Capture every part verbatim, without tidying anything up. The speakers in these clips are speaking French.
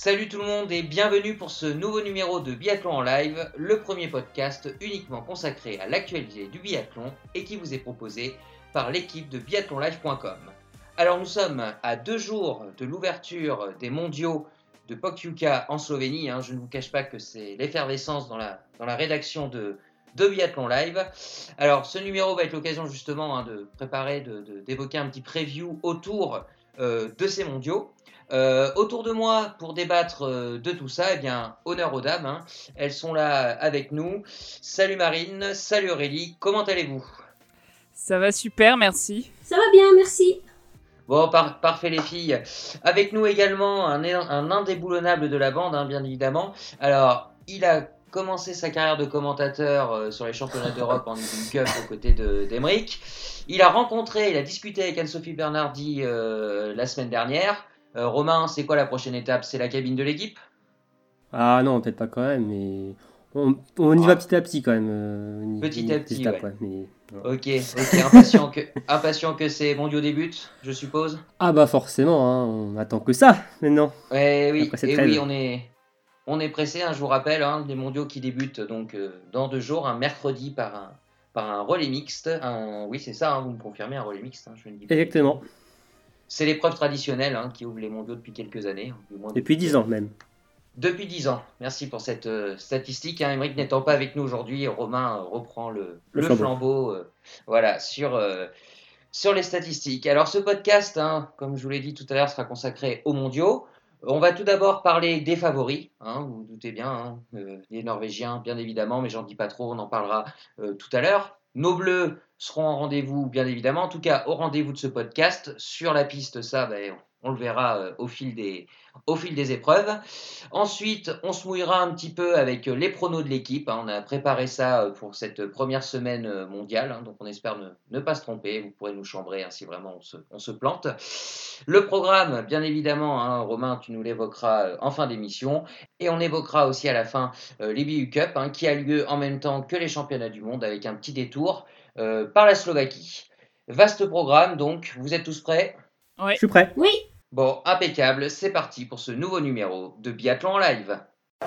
Salut tout le monde et bienvenue pour ce nouveau numéro de Biathlon en live, le premier podcast uniquement consacré à l'actualité du biathlon et qui vous est proposé par l'équipe de biathlon live point com. Alors nous sommes à deux jours de l'ouverture des mondiaux de Pokljuka en Slovénie, hein. Je ne vous cache pas que c'est l'effervescence dans la, dans la rédaction de, de Biathlon Live. Alors ce numéro va être l'occasion justement hein, de préparer, de, de, d'évoquer un petit preview autour euh, de ces mondiaux. Euh, autour de moi, pour débattre euh, de tout ça, eh bien, honneur aux dames, hein. Elles sont là avec nous. Salut Marine, salut Aurélie, comment allez-vous ? Ça va super, merci. Ça va bien, merci. Bon, par, parfait les filles. Avec nous également un, un indéboulonnable de la bande, hein, bien évidemment. Alors, il a commencé sa carrière de commentateur euh, sur les championnats d'Europe en League Cup aux côtés de, d'Emeric. Il a rencontré, il a discuté avec Anne-Sophie Bernardi euh, la semaine dernière. Euh, Romain, c'est quoi la prochaine étape ? C'est la cabine de l'équipe ? Ah non, peut-être pas quand même, mais on, on y ah. va petit à petit quand même. Euh, petit à petit, étape, ouais. ouais, mais, ouais. Ok, ok, impatient que, impatient que ces mondiaux débutent, je suppose ? Ah bah forcément, hein, on attend que ça maintenant. Ouais, oui, Après cette et trêve. oui, on est, on est pressé, hein, je vous rappelle, hein, les mondiaux qui débutent donc euh, dans deux jours, un mercredi par un, par un relais mixte. Un, oui, c'est ça, hein, vous me confirmez, un relais mixte, hein, je ne dis pas. Exactement. C'est l'épreuve traditionnelle hein, qui ouvre les mondiaux depuis quelques années. Du moins depuis dix ans même. Depuis dix ans. Merci pour cette euh, statistique. Hein. Emeric n'étant pas avec nous aujourd'hui, Romain euh, reprend le, le, le flambeau, flambeau euh, voilà, sur, euh, sur les statistiques. Alors ce podcast, hein, comme je vous l'ai dit tout à l'heure, sera consacré aux mondiaux. On va tout d'abord parler des favoris, hein, vous vous doutez bien, hein, euh, les Norvégiens bien évidemment, mais j'en dis pas trop, on en parlera euh, tout à l'heure. Nos Bleus seront en rendez-vous bien évidemment, en tout cas au rendez-vous de ce podcast. Sur la piste, ça, ben, on, on le verra euh, au, fil des, au fil des épreuves. Ensuite, on se mouillera un petit peu avec les pronos de l'équipe, hein. On a préparé ça pour cette première semaine mondiale, hein, donc on espère ne, ne pas se tromper. Vous pourrez nous chambrer hein, si vraiment on se, on se plante. Le programme, bien évidemment, hein, Romain, tu nous l'évoqueras en fin d'émission. Et on évoquera aussi à la fin euh, l'E B U Cup, hein, qui a lieu en même temps que les championnats du monde, avec un petit détour euh, par la Slovaquie. Vaste programme, donc, vous êtes tous prêts ? Oui. Je suis prêt. Oui. Bon, impeccable, c'est parti pour ce nouveau numéro de Biathlon en live.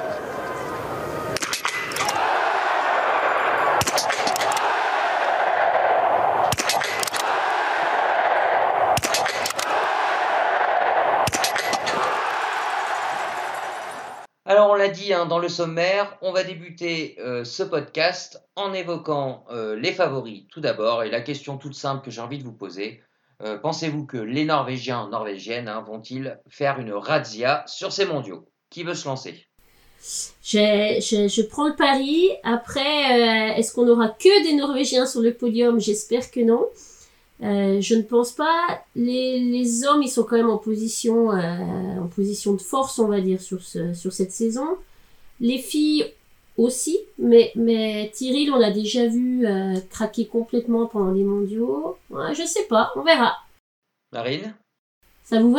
Alors on l'a dit hein, dans le sommaire, on va débuter euh, ce podcast en évoquant euh, les favoris tout d'abord. Et la question toute simple que j'ai envie de vous poser, euh, pensez-vous que les Norvégiens, Norvégiennes hein, vont-ils faire une razzia sur ces mondiaux ? Qui veut se lancer ? je, je, je prends le pari. Après, euh, est-ce qu'on aura que des Norvégiens sur le podium ? J'espère que non. Euh, je ne pense pas. Les, les hommes, ils sont quand même en position, euh, en position de force, on va dire, sur, ce, sur cette saison. Les filles aussi, mais, mais Tyrrell, on l'a déjà vu euh, craquer complètement pendant les mondiaux. Ouais, je sais pas, on verra. Marine ? Ça vous va ?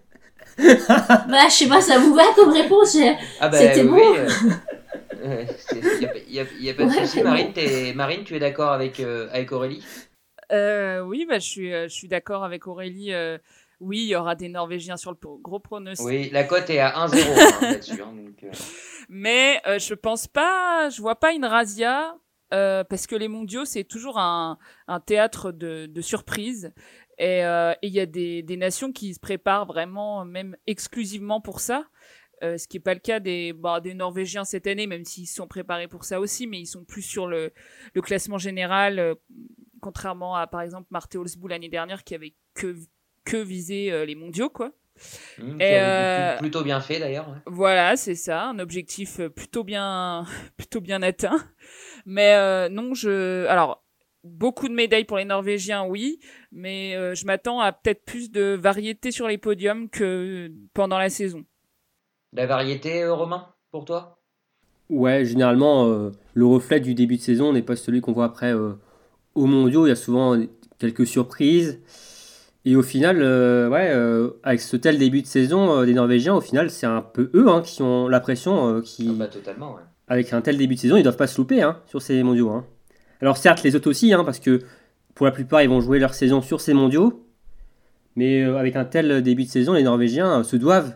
Bah, je sais pas, ça vous va comme réponse. Ah bah, C'était oui, bon. Il n'y a, y a, y a pas de Ouais, souci. Marine, bon. t'es, Marine, tu es d'accord avec, euh, avec Aurélie ? Euh, oui, bah, je, suis, euh, je suis d'accord avec Aurélie. Euh, oui, il y aura des Norvégiens sur le pro- gros pronostic. Oui, la cote est à un zéro hein, là-dessus. Hein, donc, euh... Mais euh, je pense pas, je vois pas une razzia euh, parce que les mondiaux, c'est toujours un, un théâtre de, de surprises. Et il euh, y a des, des nations qui se préparent vraiment, même exclusivement pour ça. Euh, ce qui n'est pas le cas des, bah, des Norvégiens cette année, même s'ils sont préparés pour ça aussi, mais ils sont plus sur le, le classement général, euh, contrairement à, par exemple, Marthe Olsbu l'année dernière, qui avait que, que visé euh, les mondiaux, quoi. Mmh, Et euh, plutôt bien fait, d'ailleurs. Ouais. Voilà, c'est ça, un objectif plutôt bien, plutôt bien atteint. Mais euh, non, je... Alors, beaucoup de médailles pour les Norvégiens, oui, mais euh, je m'attends à peut-être plus de variété sur les podiums que pendant la saison. La variété, euh, Romain, pour toi ? Ouais, généralement, euh, le reflet du début de saison n'est pas celui qu'on voit après euh, aux mondiaux. Il y a souvent quelques surprises. Et au final, euh, ouais, euh, avec ce tel début de saison euh, des Norvégiens, au final, c'est un peu eux hein, qui ont la pression. Euh, qui, ah bah totalement, ouais. Avec un tel début de saison, ils ne doivent pas se louper hein, sur ces mondiaux. Hein. Alors certes, les autres aussi, hein, parce que pour la plupart, ils vont jouer leur saison sur ces mondiaux. Mais euh, avec un tel début de saison, les Norvégiens euh, se doivent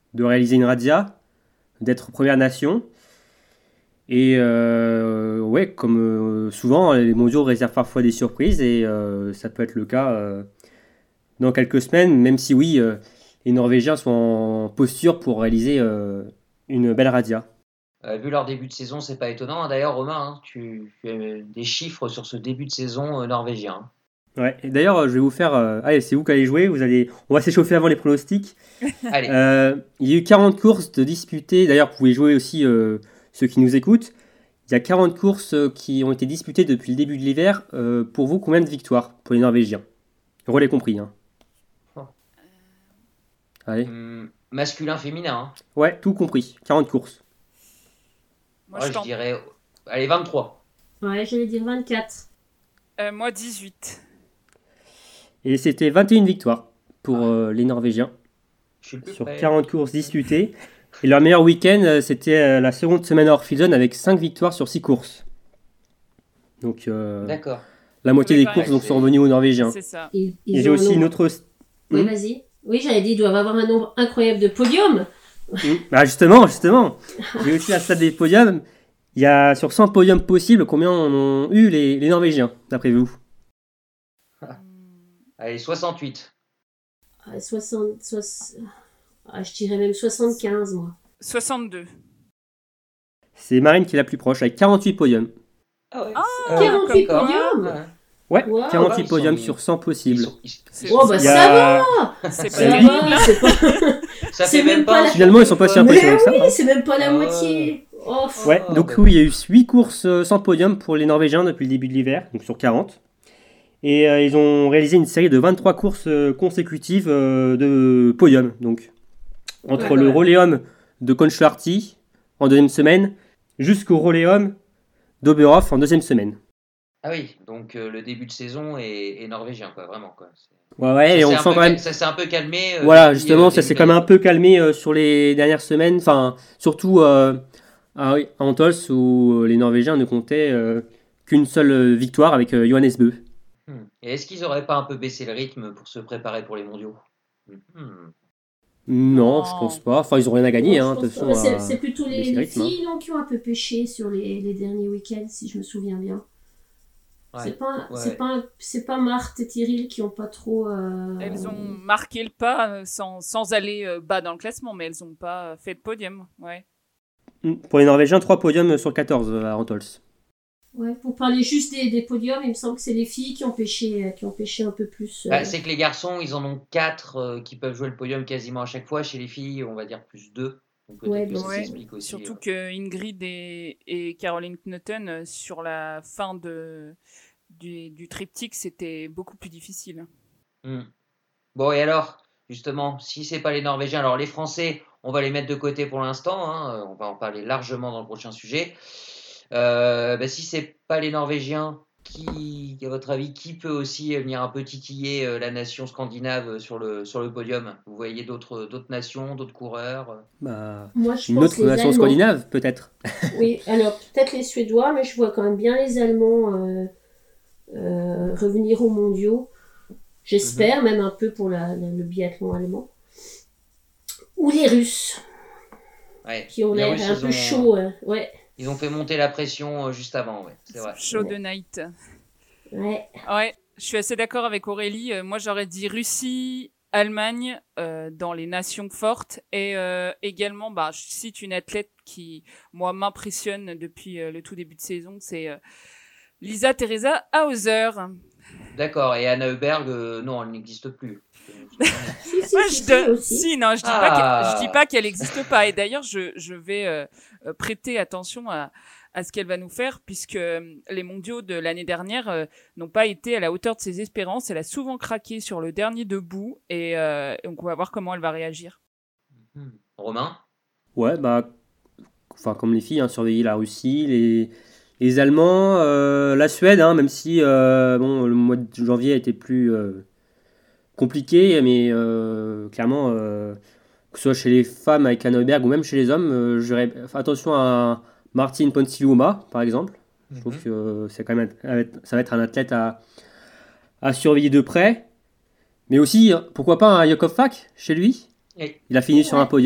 de réaliser une razzia, d'être première nation. Et euh, ouais, comme euh, souvent, les mondiaux réservent parfois des surprises et euh, ça peut être le cas euh, dans quelques semaines, même si oui, euh, les Norvégiens sont en posture pour réaliser euh, une belle razzia. Euh, vu leur début de saison, c'est pas étonnant. Hein. D'ailleurs, Romain, hein, tu, tu as des chiffres sur ce début de saison euh, norvégien. Ouais. Et d'ailleurs, je vais vous faire. Euh, allez, c'est vous qui allez jouer. Vous allez. On va s'échauffer avant les pronostics. Allez. Euh, il y a eu quarante courses de disputées. D'ailleurs, vous pouvez jouer aussi euh, ceux qui nous écoutent. Il y a quarante courses qui ont été disputées depuis le début de l'hiver. Euh, pour vous, combien de victoires pour les Norvégiens? Relais compris. Hein. Oh. Allez. Hum, masculin, féminin. Hein. Ouais, tout compris. quarante courses. Moi, ouais, je, je dirais. Allez, vingt-trois. Ouais, j'allais dire vingt-quatre. Euh, moi, dix-huit. Et c'était vingt et une victoires pour euh, les Norvégiens sur près. quarante courses disputées. Et leur meilleur week-end, euh, c'était euh, la seconde semaine hors field avec cinq victoires sur six courses. Donc, euh, D'accord. La moitié oui, des courses donc, sont revenues aux Norvégiens. C'est ça. Ils, ils Et j'ai aussi une autre. Oui, mmh. vas-y. Oui, j'avais dit, ils doivent avoir un nombre incroyable de podiums. Mmh. Bah justement, justement. J'ai aussi la stade des podiums. Il y a sur cent podiums possibles, combien en ont eu les, les Norvégiens, d'après vous? Allez, soixante-huit. Ah, soixante, soixante... Ah, je dirais même soixante-quinze, moi. soixante-deux. C'est Marine qui est la plus proche, avec quarante-huit podiums. Ah ouais. Ah, quarante-huit podiums. Ouais, wow. quarante-huit ah, podiums sont... sur cent possibles. Ils sont... Ils... Oh, bah a... ça va. C'est ça va, c'est pas... ça fait même pas... la... Finalement, ils sont pas si impressionnants que ça. Oui, hein. c'est même pas la moitié. Oh, ouais, oh, donc bah... oui, il y a eu huit courses sans podium pour les Norvégiens depuis le début de l'hiver, donc sur quarante. Et euh, ils ont réalisé une série de vingt-trois courses euh, consécutives euh, de podium. Donc, entre ouais, le ouais. Roleum de Konchlarti en deuxième semaine jusqu'au Roleum d'Oberhof en deuxième semaine. Ah oui, donc euh, le début de saison est, est norvégien, quoi, vraiment. Quoi. Ouais, ouais, ça et on sent quand même. Ça s'est un peu calmé. Euh, voilà, justement, euh, ça s'est quand même un peu calmé euh, sur les dernières semaines. Enfin, surtout euh, à Antols où les Norvégiens ne comptaient euh, qu'une seule victoire avec euh, Johannes Bö. Et est-ce qu'ils n'auraient pas un peu baissé le rythme pour se préparer pour les mondiaux? hmm. Non, oh. je pense pas. Enfin, ils n'ont rien à gagner. Non, hein, de façon, c'est, c'est plutôt les, les rythme, filles hein. non, qui ont un peu pêché sur les, les derniers week-ends, si je me souviens bien. Ouais. C'est, pas, ouais. c'est, pas, c'est pas Marthe et Tyril qui n'ont pas trop... Euh... Elles ont marqué le pas sans, sans aller bas dans le classement, mais elles n'ont pas fait de podium. Ouais. Pour les Norvégiens, trois podiums sur quatorze à Antols. Ouais, pour parler juste des, des podiums, il me semble que c'est les filles qui ont pêché, qui ont pêché un peu plus. Euh... Bah, c'est que les garçons, ils en ont quatre euh, qui peuvent jouer le podium quasiment à chaque fois. Chez les filles, on va dire plus deux. Donc ouais, que donc ça s'explique ouais. aussi. Surtout euh... que Ingrid et, et Caroline Knotten, sur la fin de, du, du triptyque, c'était beaucoup plus difficile. Mmh. Bon, et alors, justement, si c'est pas les Norvégiens, alors les Français, on va les mettre de côté pour l'instant. Hein, on va en parler largement dans le prochain sujet. Euh, bah, si c'est pas les Norvégiens, qui, à votre avis, qui peut aussi venir un peu titiller euh, la nation scandinave sur le, sur le podium? Vous voyez d'autres, d'autres nations, d'autres coureurs? bah, Moi, je Une pense autre nation Allemands. scandinave, peut-être. Oui, alors peut-être les Suédois, mais je vois quand même bien les Allemands euh, euh, revenir aux mondiaux. J'espère, mm-hmm. même un peu pour la, la, le biathlon allemand. Ou les Russes, ouais. qui ont les l'air Russes, un peu ont... chauds. Euh, ouais. Ils ont fait monter la pression euh, juste avant, ouais, c'est vrai. Chaud de night. Ouais. Ouais, je suis assez d'accord avec Aurélie. Euh, moi, j'aurais dit Russie, Allemagne euh, dans les nations fortes. Et euh, également, bah, je cite une athlète qui, moi, m'impressionne depuis euh, le tout début de saison. C'est euh, Lisa Teresa Hauser. D'accord, et Anna Heuberg, euh, non, elle n'existe plus. si, si, ouais, si, je, de... si, si, non, je dis ah. pas qu'elle, je dis pas qu'elle n'existe pas. Et d'ailleurs, je, je vais euh, prêter attention à, à ce qu'elle va nous faire, puisque euh, les mondiaux de l'année dernière euh, n'ont pas été à la hauteur de ses espérances. Elle a souvent craqué sur le dernier debout, et euh, donc on va voir comment elle va réagir. Mmh. Romain? Ouais, bah, enfin comme les filles, hein, surveiller la Russie, les les Allemands, euh, la Suède, hein, même si euh, bon, le mois de janvier a été plus euh, compliqué, mais euh, clairement, euh, que ce soit chez les femmes avec Anna Heuberg ou même chez les hommes, euh, j'aurais fait attention à Martin Ponsiluoma, par exemple. Mm-hmm. Je trouve que c'est quand même, ça va être un athlète à, à surveiller de près. Mais aussi, pourquoi pas un Jakov Fak chez lui? Oui. Il a fini ouais. sur un podium.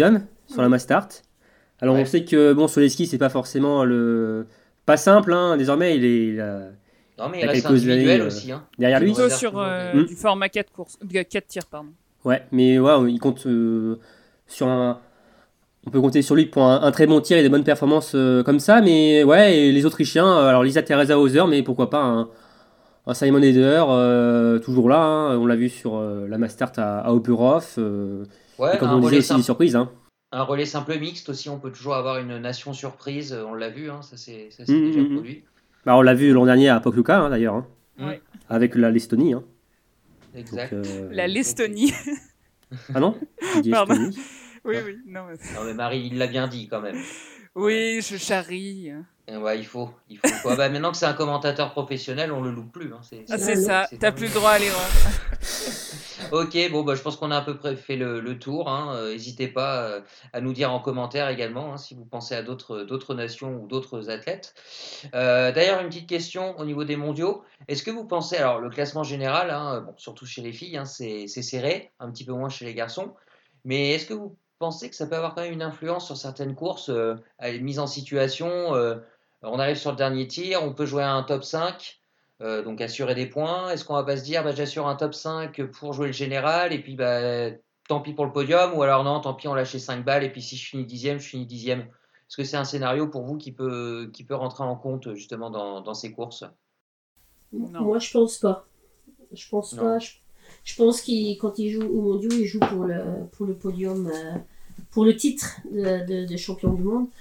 sur la Mastart. Alors ouais. on sait que bon, sur les skis, c'est pas forcément le pas simple. Hein. Désormais, il est. Il a... Non, mais il, il reste individuel années, aussi. Hein. Derrière lui. Plutôt sur euh, mmh. du format quatre courses, quatre tirs, pardon. Ouais, mais ouais, il compte euh, sur un. On peut compter sur lui pour un, un très bon tir et des bonnes performances euh, comme ça. Mais ouais, et les Autrichiens, euh, alors Lisa Teresa Hauser, mais pourquoi pas un, un Simon Eder, euh, toujours là. Hein. On l'a vu sur euh, la Mastart à, à Oberhof. Euh, ouais, et comme on disait aussi, des surprises. Hein. Un relais simple mixte aussi, on peut toujours avoir une nation surprise, on l'a vu, hein, ça s'est, ça s'est mmh, déjà mmh. produit. Bah, on l'a vu l'an dernier à Pokljuka hein, d'ailleurs, hein, ouais. avec la Lestonie. Hein. Exact. Donc, euh... La Lestonie. Ah non Pardon. Oui, oui. Non mais... non, mais Marie, il l'a bien dit quand même. Oui, je charrie. Ouais, il faut. Il faut quoi. Bah, maintenant que c'est un commentateur professionnel, on le loupe plus. Hein. C'est, ah, c'est, c'est ça, c'est t'as plus le droit à l'erreur. Ok, bon, bah, je pense qu'on a à peu près fait le, le tour. N'hésitez hein. euh, pas euh, à nous dire en commentaire également hein, si vous pensez à d'autres, d'autres nations ou d'autres athlètes. Euh, d'ailleurs, une petite question au niveau des mondiaux. Est-ce que vous pensez, alors le classement général, hein, bon, surtout chez les filles, hein, c'est, c'est serré, un petit peu moins chez les garçons, mais est-ce que vous pensez que ça peut avoir quand même une influence sur certaines courses, euh, à une mise en situation euh, on arrive sur le dernier tir, on peut jouer à un top cinq, euh, donc assurer des points. Est-ce qu'on va pas se dire, bah, j'assure un top cinq pour jouer le général, et puis bah, tant pis pour le podium, ou alors non, tant pis, on lâche les cinq balles, et puis si je finis dixième, je finis dixième. Est-ce que c'est un scénario pour vous qui peut, qui peut rentrer en compte justement dans, dans ces courses ? Non. Moi, je pense pas. Je pense non. pas. Je, je pense qu'il, quand il joue au mondiaux, il joue pour le, pour le podium, euh, pour le titre de, de, de champion du monde.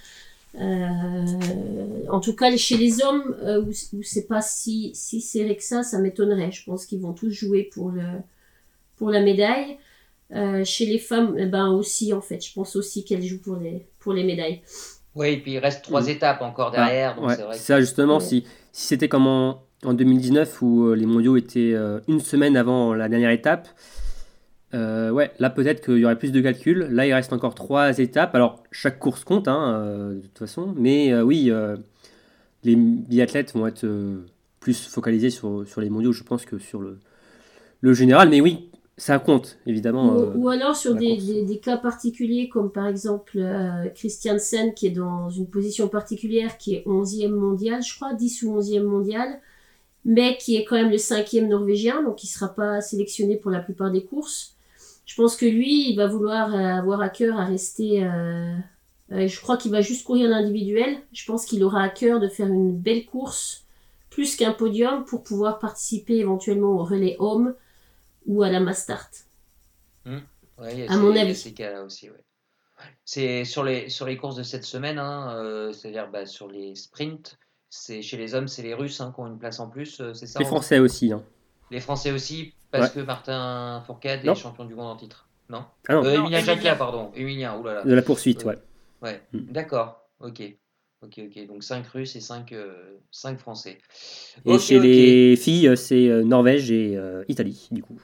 Euh, en tout cas chez les hommes euh, où, où c'est pas si, si serré que ça, ça m'étonnerait. Je pense qu'ils vont tous jouer pour, le, pour la médaille. Euh, chez les femmes, eh ben aussi en fait, je pense aussi qu'elles jouent pour les, pour les médailles. Oui, et puis il reste trois mmh. étapes encore derrière. Ah, donc ouais. c'est vrai que... Ça justement, ouais. si, si c'était comme en, en deux mille dix-neuf où euh, les mondiaux étaient euh, une semaine avant la dernière étape, Euh, ouais, là peut-être qu'il y aurait plus de calculs. Là il reste encore trois étapes. Alors chaque course compte hein, euh, de toute façon, mais euh, oui, euh, les biathlètes vont être euh, plus focalisés sur, sur les mondiaux, je pense, que sur le, le général. Mais oui, ça compte évidemment. Ou, euh, ou alors sur des, des, des cas particuliers, comme par exemple euh, Christiansen qui est dans une position particulière, qui est onzième mondial, je crois, dix ou onzième mondial, mais qui est quand même le cinquième norvégien, donc il ne sera pas sélectionné pour la plupart des courses. Je pense que lui, il va vouloir avoir à cœur à rester... Euh, euh, je crois qu'il va juste courir l'individuel. Je pense qu'il aura à cœur de faire une belle course, plus qu'un podium, pour pouvoir participer éventuellement au relais homme ou à la Mastart. Mmh. Ouais, à mon avis. Ces cas-là aussi, ouais. C'est sur les, sur les courses de cette semaine, hein, euh, c'est-à-dire bah, sur les sprints, c'est, chez les hommes, c'est les Russes hein, qui ont une place en plus, c'est ça? Les Français aussi. Hein. Les Français aussi, parce ouais. que Martin Fourcade est champion du monde en titre. Non, ah non. Euh, Emilien Jacquet, pardon. Emilien, oulala. De la poursuite, ouais. Ouais, ouais. Mm. D'accord, ok. Ok, ok. Donc cinq Russes et cinq Français. Et okay, chez okay. les filles, c'est euh, Norvège et euh, Italie, du coup.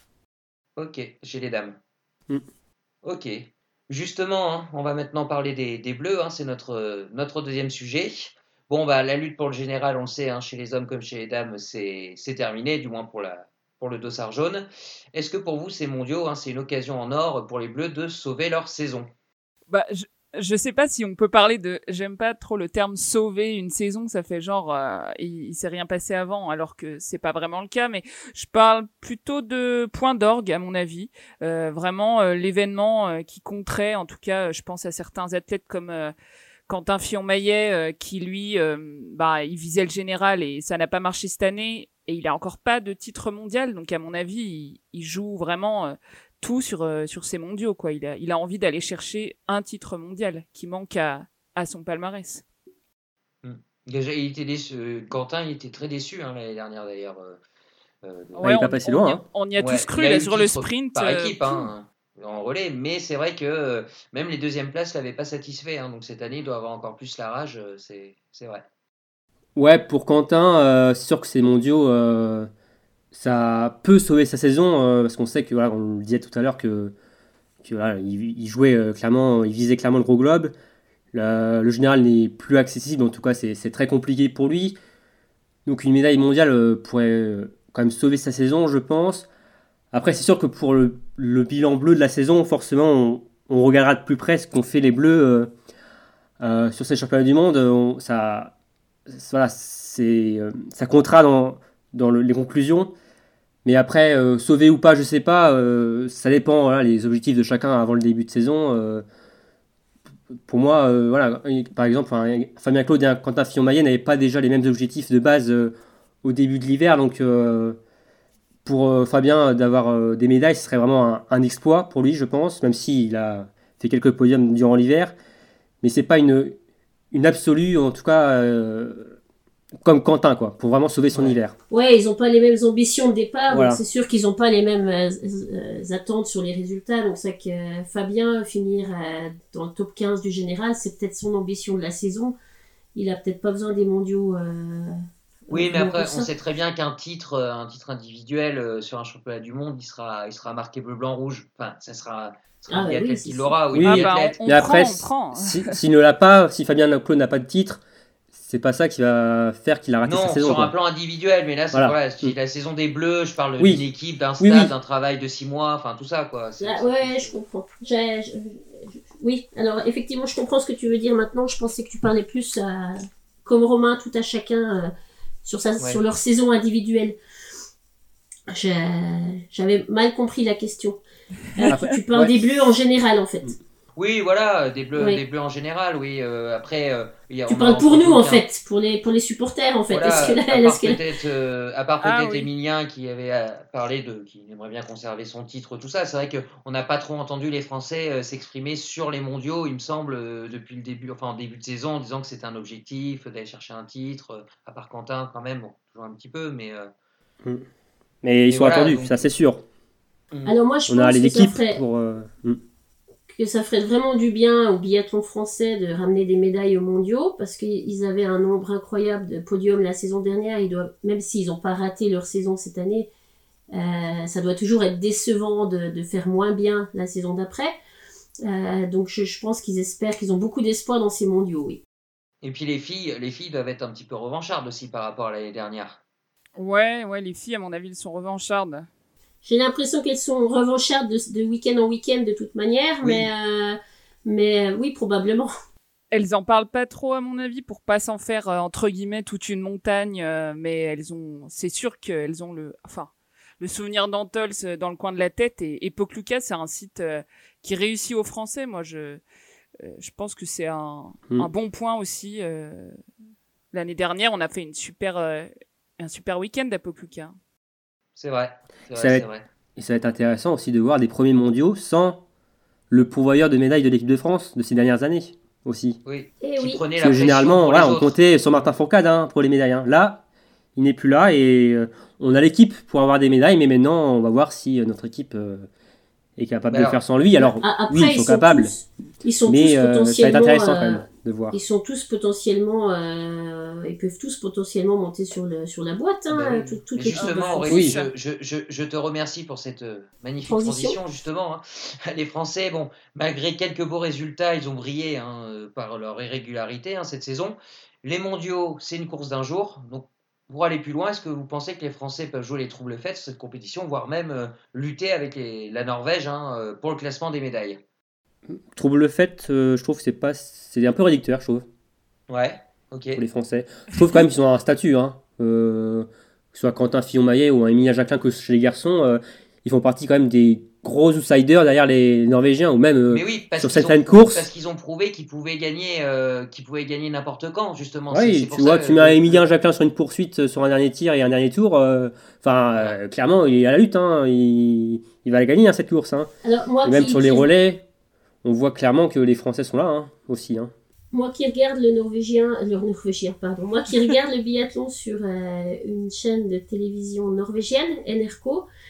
Ok, chez les dames. Mm. Ok. Justement, hein, on va maintenant parler des, des Bleus, hein, c'est notre, notre deuxième sujet. Bon, bah, la lutte pour le général, on le sait, hein, chez les hommes comme chez les dames, c'est, c'est terminé, du moins pour, la, pour le dossard jaune. Est-ce que pour vous, ces mondiaux, hein, c'est une occasion en or pour les Bleus de sauver leur saison? Bah, je, je sais pas si on peut parler de... J'aime pas trop le terme « sauver une saison », ça fait genre euh, il, il s'est rien passé avant, alors que c'est pas vraiment le cas, mais je parle plutôt de point d'orgue, à mon avis. Euh, vraiment, euh, l'événement euh, qui compterait, en tout cas, je pense à certains athlètes comme... Euh, Quentin Fillon-Maillet, euh, qui lui, euh, bah, il visait le général et ça n'a pas marché cette année et il a encore pas de titre mondial, donc à mon avis, il, il joue vraiment euh, tout sur euh, sur ses mondiaux, quoi. Il a il a envie d'aller chercher un titre mondial qui manque à à son palmarès. Mmh. Déjà, il était déçu. Quentin, il était très déçu hein, l'année dernière d'ailleurs. Euh, de... Ouais, il est on, pas passé on, loin. On y a, hein. on y a ouais, tous cru là sur le sprint par euh, équipe. Hein. En relais, mais c'est vrai que euh, même les deuxièmes places l'avaient pas satisfait, hein, donc cette année il doit avoir encore plus la rage, euh, c'est, c'est vrai. Ouais, pour Quentin, euh, c'est sûr que ces mondiaux, euh, ça peut sauver sa saison, euh, parce qu'on sait que, voilà, on le disait tout à l'heure, que, que voilà, il, il jouait euh, clairement, il visait clairement le gros globe. Le, le général n'est plus accessible, en tout cas c'est, c'est très compliqué pour lui. Donc une médaille mondiale euh, pourrait euh, quand même sauver sa saison, je pense. Après, c'est sûr que pour le, le bilan bleu de la saison, forcément, on, on regardera de plus près ce qu'ont fait les Bleus euh, euh, sur ces championnats du monde. On, ça, voilà, c'est, euh, ça comptera dans, dans le, les conclusions. Mais après, euh, sauver ou pas, je sais pas. Euh, ça dépend, voilà, les objectifs de chacun avant le début de saison. Euh, pour moi, euh, voilà, par exemple, hein, Fabien Claude et Quentin Fillon-Maillet n'avaient pas déjà les mêmes objectifs de base euh, au début de l'hiver. Donc, euh, pour euh, Fabien, d'avoir euh, des médailles, ce serait vraiment un, un exploit pour lui, je pense, même s'il a fait quelques podiums durant l'hiver. Mais c'est pas une, une absolue, en tout cas, euh, comme Quentin, quoi, pour vraiment sauver son ouais. hiver. Ouais, ils n'ont pas les mêmes ambitions de départ, voilà. Donc c'est sûr qu'ils n'ont pas les mêmes euh, euh, attentes sur les résultats. Donc c'est vrai que euh, Fabien, finir euh, dans le top quinze du général, c'est peut-être son ambition de la saison. Il a peut-être pas besoin des mondiaux. Euh, oui, mais après, on sait très bien qu'un titre, un titre individuel euh, sur un championnat du monde, il sera, il sera marqué bleu, blanc, rouge. Enfin, ça sera... C'est un ah, biathlète oui, qui l'aura, ou oui, une bah, biathlète. on, on mais après, prend, on prend. Si, s'il ne l'a pas, si Fabien Claude n'a pas de titre, c'est pas ça qui va faire qu'il a raté non, sa saison. Non, sur quoi. un plan individuel, mais là, c'est voilà. voilà, c'est la saison des Bleus, je parle oui. d'une équipe, d'un stade, oui, oui. d'un travail de six mois, enfin tout ça, quoi. C'est, ah, c'est, ouais, c'est... je comprends. J'ai, je, je, oui, alors effectivement, je comprends ce que tu veux dire maintenant. Je pensais que tu parlais plus, euh, comme Romain, tout à chacun, euh, sur, sa, ouais. sur leur saison individuelle. J'ai, j'avais mal compris la question. Euh, tu, tu parles ouais. des Bleus en général, en fait. Oui, voilà, des bleus, oui. des bleus en général, oui. Euh, après, euh, y a, tu parles pour nous, en fait, pour les, pour les supporters, en fait. Voilà, est-ce que là, à part est-ce que peut-être, euh, à part peut-être ah, oui. Emilien qui avait parlé de, qui aimerait bien conserver son titre, tout ça. C'est vrai qu'on n'a pas trop entendu les Français euh, s'exprimer sur les mondiaux, il me semble, euh, depuis le début, enfin en début de saison, en disant que c'était un objectif d'aller chercher un titre. Euh, à part Quentin, quand même, bon, toujours un petit peu, mais. Euh, mm. Mais ils sont voilà, attendus, donc... ça c'est sûr. Alors moi, je On pense a les que équipes ça ferait... pour. Euh... Mm. que ça ferait vraiment du bien au biathlon français de ramener des médailles aux mondiaux, parce qu'ils avaient un nombre incroyable de podiums la saison dernière. Ils doivent, même s'ils n'ont pas raté leur saison cette année, euh, ça doit toujours être décevant de, de faire moins bien la saison d'après. Euh, donc je, je pense qu'ils espèrent, qu'ils ont beaucoup d'espoir dans ces mondiaux, oui. Et puis les filles, les filles doivent être un petit peu revanchardes aussi par rapport à l'année dernière. Ouais, ouais, les filles, à mon avis, elles sont revanchardes. J'ai l'impression qu'elles sont revanchardes de, de week-end en week-end de toute manière, oui. mais, euh, mais euh, oui, probablement. Elles en parlent pas trop, à mon avis, pour pas s'en faire, euh, entre guillemets, toute une montagne, euh, mais elles ont, c'est sûr qu'elles ont le, enfin, le souvenir d'Antols dans le coin de la tête, et, et Pokluka, c'est un site euh, qui réussit aux Français. Moi, je, euh, je pense que c'est un, mmh. un bon point aussi. Euh, l'année dernière, on a fait une super, euh, un super week-end à Pokluka. C'est vrai, c'est vrai, ça va c'est être, vrai. Et ça va être intéressant aussi de voir des premiers mondiaux sans le pourvoyeur de médailles de l'équipe de France de ces dernières années aussi. Oui, et qui oui. prenait Parce la que généralement, voilà, on autres. comptait sur Martin Fourcade hein, pour les médailles. Hein. Là, il n'est plus là et euh, on a l'équipe pour avoir des médailles, mais maintenant, on va voir si euh, notre équipe euh, est capable alors, de le faire sans lui. Alors, après, oui, ils, ils sont, sont capables. Tous, ils sont mais tous euh, potentiellement, ça va être intéressant euh, quand même de voir. Ils sont tous potentiellement, euh, ils peuvent tous potentiellement monter sur, le, sur la boîte. Hein, ben, tout, tout justement, Aurélie, oui. je, je, je, je te remercie pour cette magnifique transition. transition justement, hein. Les Français, bon, malgré quelques beaux résultats, ils ont brillé hein, par leur irrégularité hein, cette saison. Les mondiaux, c'est une course d'un jour. Donc, pour aller plus loin, est-ce que vous pensez que les Français peuvent jouer les troubles faits sur cette compétition, voire même euh, lutter avec les, la Norvège hein, pour le classement des médailles? Trouble fait, euh, je trouve que c'est pas, c'est un peu réducteur, je trouve. Ouais, ok. Pour les Français. Je trouve quand même qu'ils ont un statut, hein. Euh, que ce soit Quentin Fillon-Maillet ou un Emilien Jacquelin que chez les garçons, euh, ils font partie quand même des gros outsiders derrière les Norvégiens ou même euh, Mais oui, parce sur qu'ils certaines ont, courses. Parce qu'ils ont prouvé qu'ils pouvaient gagner, euh, qu'ils pouvaient gagner n'importe quand, justement. Oui, c'est, c'est tu vois, ça, tu mets un Emilien Jacquelin sur une poursuite, sur un dernier tir et un dernier tour. Enfin, euh, ouais. euh, clairement, il est à la lutte. Hein, il, il va la gagner hein, cette course. Hein. Alors, moi et même qui, sur les qui... relais. On voit clairement que les Français sont là hein, aussi. Hein. Moi qui regarde le Norvégien, le Norvégien, pardon, moi qui regarde le biathlon sur euh, une chaîne de télévision norvégienne, N R K,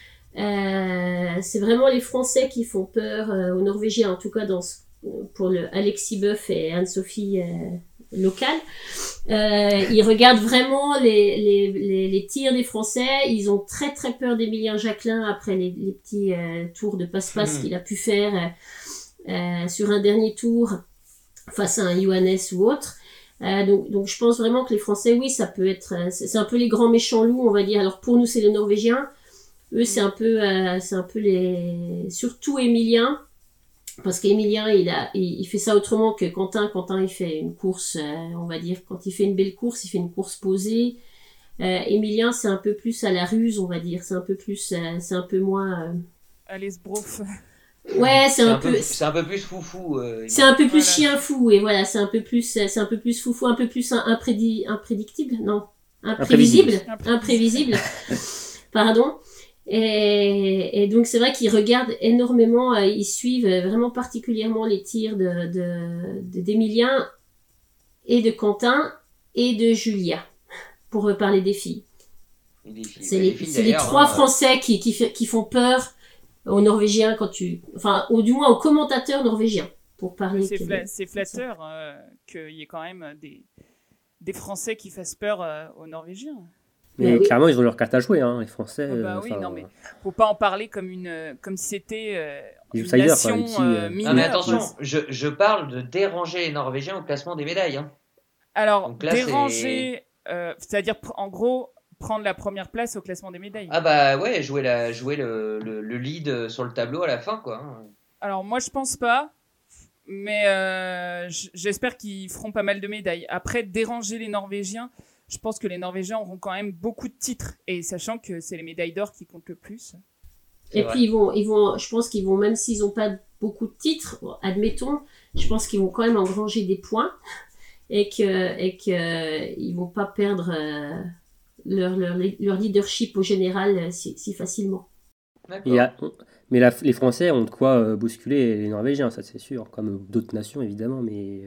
euh, c'est vraiment les Français qui font peur euh, aux Norvégiens, en tout cas dans ce, pour le Alexis Boeuf et Anne-Sophie euh, locale. Euh, ils regardent vraiment les, les, les, les tirs des Français. Ils ont très très peur d'Emilien Jacquelin après les, les petits euh, tours de passe-passe mmh. qu'il a pu faire. Euh, Euh, sur un dernier tour face à un Johannes ou autre. Euh, donc, donc je pense vraiment que les Français, oui, ça peut être, c'est, c'est un peu les grands méchants loups, on va dire. Alors pour nous, c'est les Norvégiens. Eux, c'est un peu, euh, c'est un peu les, surtout Emilien. parce qu'Emilien, il, a, il, il fait ça autrement que Quentin. Quentin, il fait une course, euh, on va dire, quand il fait une belle course, il fait une course posée. Euh, Emilien, c'est un peu plus à la ruse, on va dire. C'est un peu plus, euh, c'est un peu moins... Euh... Allez, sbrouf. Ouais, c'est, C'est un, un peu... peu, c'est un peu plus foufou. euh, C'est un peu plus Voilà. chien fou, et voilà, c'est un peu plus, c'est un peu plus foufou, un peu plus imprédi... imprédictible, non, imprévisible, Imprévisible. imprévisible, pardon. Et, et donc c'est vrai qu'ils regardent énormément, euh, ils suivent vraiment particulièrement les tirs de, de, de d'Emilien et de Quentin et de Julia, pour parler des filles. Et des filles, C'est ouais, les, des filles, c'est les d'ailleurs, trois hein, Français qui, qui, fait- qui font peur aux Norvégiens quand tu, enfin, ou du moins aux commentateurs norvégiens, pour parler. C'est, que- fla- c'est flatteur euh, qu'il y ait quand même des, des Français qui fassent peur euh, aux Norvégiens. Mais Bah oui. clairement, ils ont leur carte à jouer, hein, les Français. Ah bah euh, oui, enfin, non, mais faut pas en parler comme une, euh, comme si c'était euh, Les une outsiders, nation quoi, les petits, euh, euh, mineure. Non, mais attention, quoi. je, je parle de déranger les Norvégiens au classement des médailles. Hein. Alors, Donc là, c'est- déranger, euh, c'est-à-dire pr- en gros prendre la première place au classement des médailles. Ah bah ouais, jouer, la, jouer le, le, le lead sur le tableau à la fin, quoi. hein. Alors moi je pense pas, mais euh, j- j'espère qu'ils feront pas mal de médailles. Après, déranger les Norvégiens, je pense que les Norvégiens auront quand même beaucoup de titres, et sachant que c'est les médailles d'or qui comptent le plus. C'est Et vrai. puis ils vont, ils vont, je pense qu'ils vont, même s'ils n'ont pas beaucoup de titres, bon, admettons, je pense qu'ils vont quand même engranger des points et que, et que euh, ils vont pas perdre euh, leur, leur, leur leadership au général euh, si, si facilement. D'accord. il y a- Mais la- les Français ont de quoi euh, bousculer les Norvégiens, ça c'est sûr, comme d'autres nations évidemment. Mais,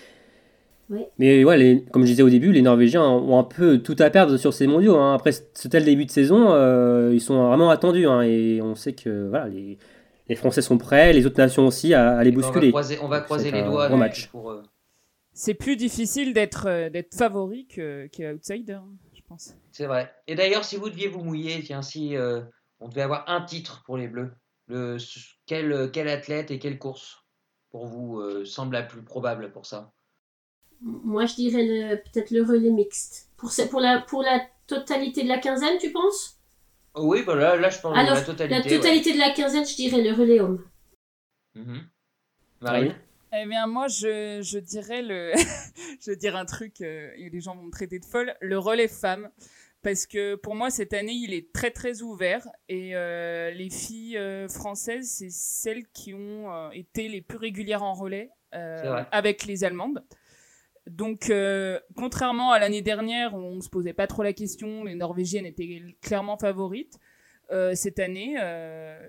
Ouais. mais ouais, les- comme je disais au début, les Norvégiens ont un peu tout à perdre sur ces mondiaux. hein. Après ce tel début de saison, euh, ils sont vraiment attendus. hein, et on sait que voilà, les, les Français sont prêts, les autres nations aussi, à, à les Eh ben, on va bousculer. croiser, on va Donc, croiser c'est les un doigts gros donc, match. pour. euh, C'est plus difficile d'être euh, d'être favori que qu'outsider, hein, je pense. C'est vrai. Et d'ailleurs, si vous deviez vous mouiller, tiens, si euh, on devait avoir un titre pour les Bleus, le, quel, quel athlète et quelle course pour vous euh, semble la plus probable pour ça? Moi, je dirais le, peut-être le relais mixte. Pour, ce- pour, la, pour la totalité de la quinzaine, tu penses? Oui, bah là, là, je parle Alors, de la totalité. la totalité de la quinzaine, je dirais le relais homme. ouais. Mhm. Ah Marine. oui. Eh bien, moi, je, je dirais le, je vais dire un truc, euh, et les gens vont me traiter de folle, le relais femme. Parce que pour moi, cette année, il est très très ouvert. Et euh, les filles euh, françaises, c'est celles qui ont euh, été les plus régulières en relais euh, C'est vrai. avec les Allemandes. Donc, euh, contrairement à l'année dernière où on se posait pas trop la question, les Norvégiennes étaient clairement favorites. Euh, cette année, euh,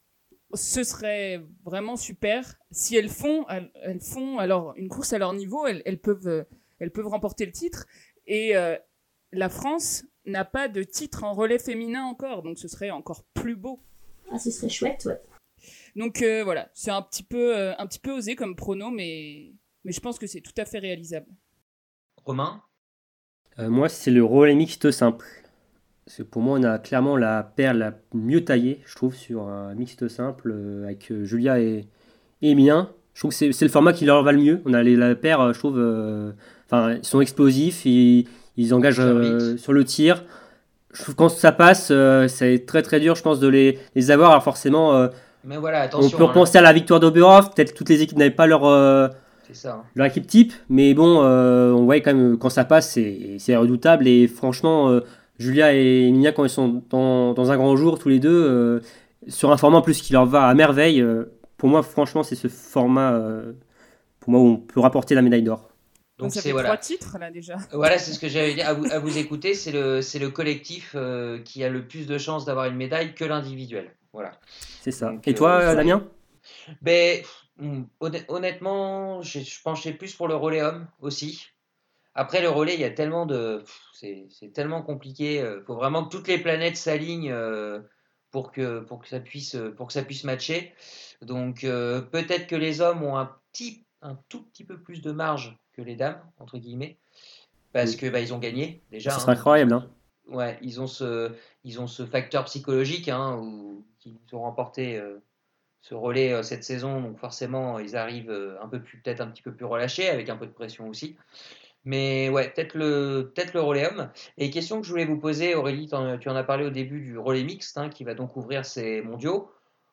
ce serait vraiment super si elles font, elles, elles font alors une course à leur niveau, elles, elles peuvent, euh, elles peuvent remporter le titre. Et euh, la France n'a pas de titre en relais féminin encore, donc ce serait encore plus beau. Ah, ce serait chouette, ouais. Donc euh, voilà, c'est un petit peu, euh, un petit peu osé comme prono, mais, mais je pense que c'est tout à fait réalisable. Romain. Euh, moi, c'est le relais mixte simple. Parce que pour moi, on a clairement la paire la mieux taillée, je trouve, sur un mixte simple euh, avec euh, Julia et, et Emilien. Je trouve que c'est, c'est le format qui leur va le mieux. On a les, la paire, euh, je trouve, euh, enfin, ils sont explosifs, ils, ils engagent Faire euh, vite. sur le tir. Je trouve que quand ça passe, euh, c'est très très dur, je pense, de les, les avoir. Alors forcément, euh, Mais voilà, on attention. peut hein, repenser à la victoire d'Oberhof. Peut-être toutes les équipes n'avaient pas leur, euh, c'est ça. hein. leur équipe type, mais bon, euh, on voit quand même quand ça passe, c'est, c'est redoutable. Et franchement, euh, Julia et Emilia, quand ils sont dans, dans un grand jour, tous les deux, euh, sur un format en plus qui leur va à merveille, euh, pour moi, franchement, c'est ce format euh, pour moi où on peut rapporter la médaille d'or. Donc ça c'est fait voilà. trois titres là déjà. Voilà, c'est ce que j'avais dit. À vous, à vous écouter, c'est le, c'est le collectif euh, qui a le plus de chances d'avoir une médaille que l'individuel. Voilà. C'est ça. Donc, Et toi, euh, euh, Damien? Ben, hum, honn- honnêtement, je, je penchais plus pour le relais homme aussi. Après, le relais, il y a tellement de. pff, C'est, c'est tellement compliqué. Il faut vraiment que toutes les planètes s'alignent euh, pour que, pour que ça puisse, euh, pour que ça puisse matcher. Donc, euh, peut-être que les hommes ont un petit, un tout petit peu plus de marge que les dames, entre guillemets, parce Oui. que bah, ils ont gagné déjà. Ce hein, serait donc incroyable. ils Hein. ont- Ouais, ils ont ce, ils ont ce facteur psychologique hein, où, qu'ils ont remporté euh, ce relais euh, cette saison, donc forcément ils arrivent euh, un peu plus, peut-être un petit peu plus relâchés, avec un peu de pression aussi. Mais ouais, peut-être le, peut-être le relais homme. Et question que je voulais vous poser, Aurélie, t'en- tu en as parlé au début du relais mixte, hein, qui va donc ouvrir ces mondiaux.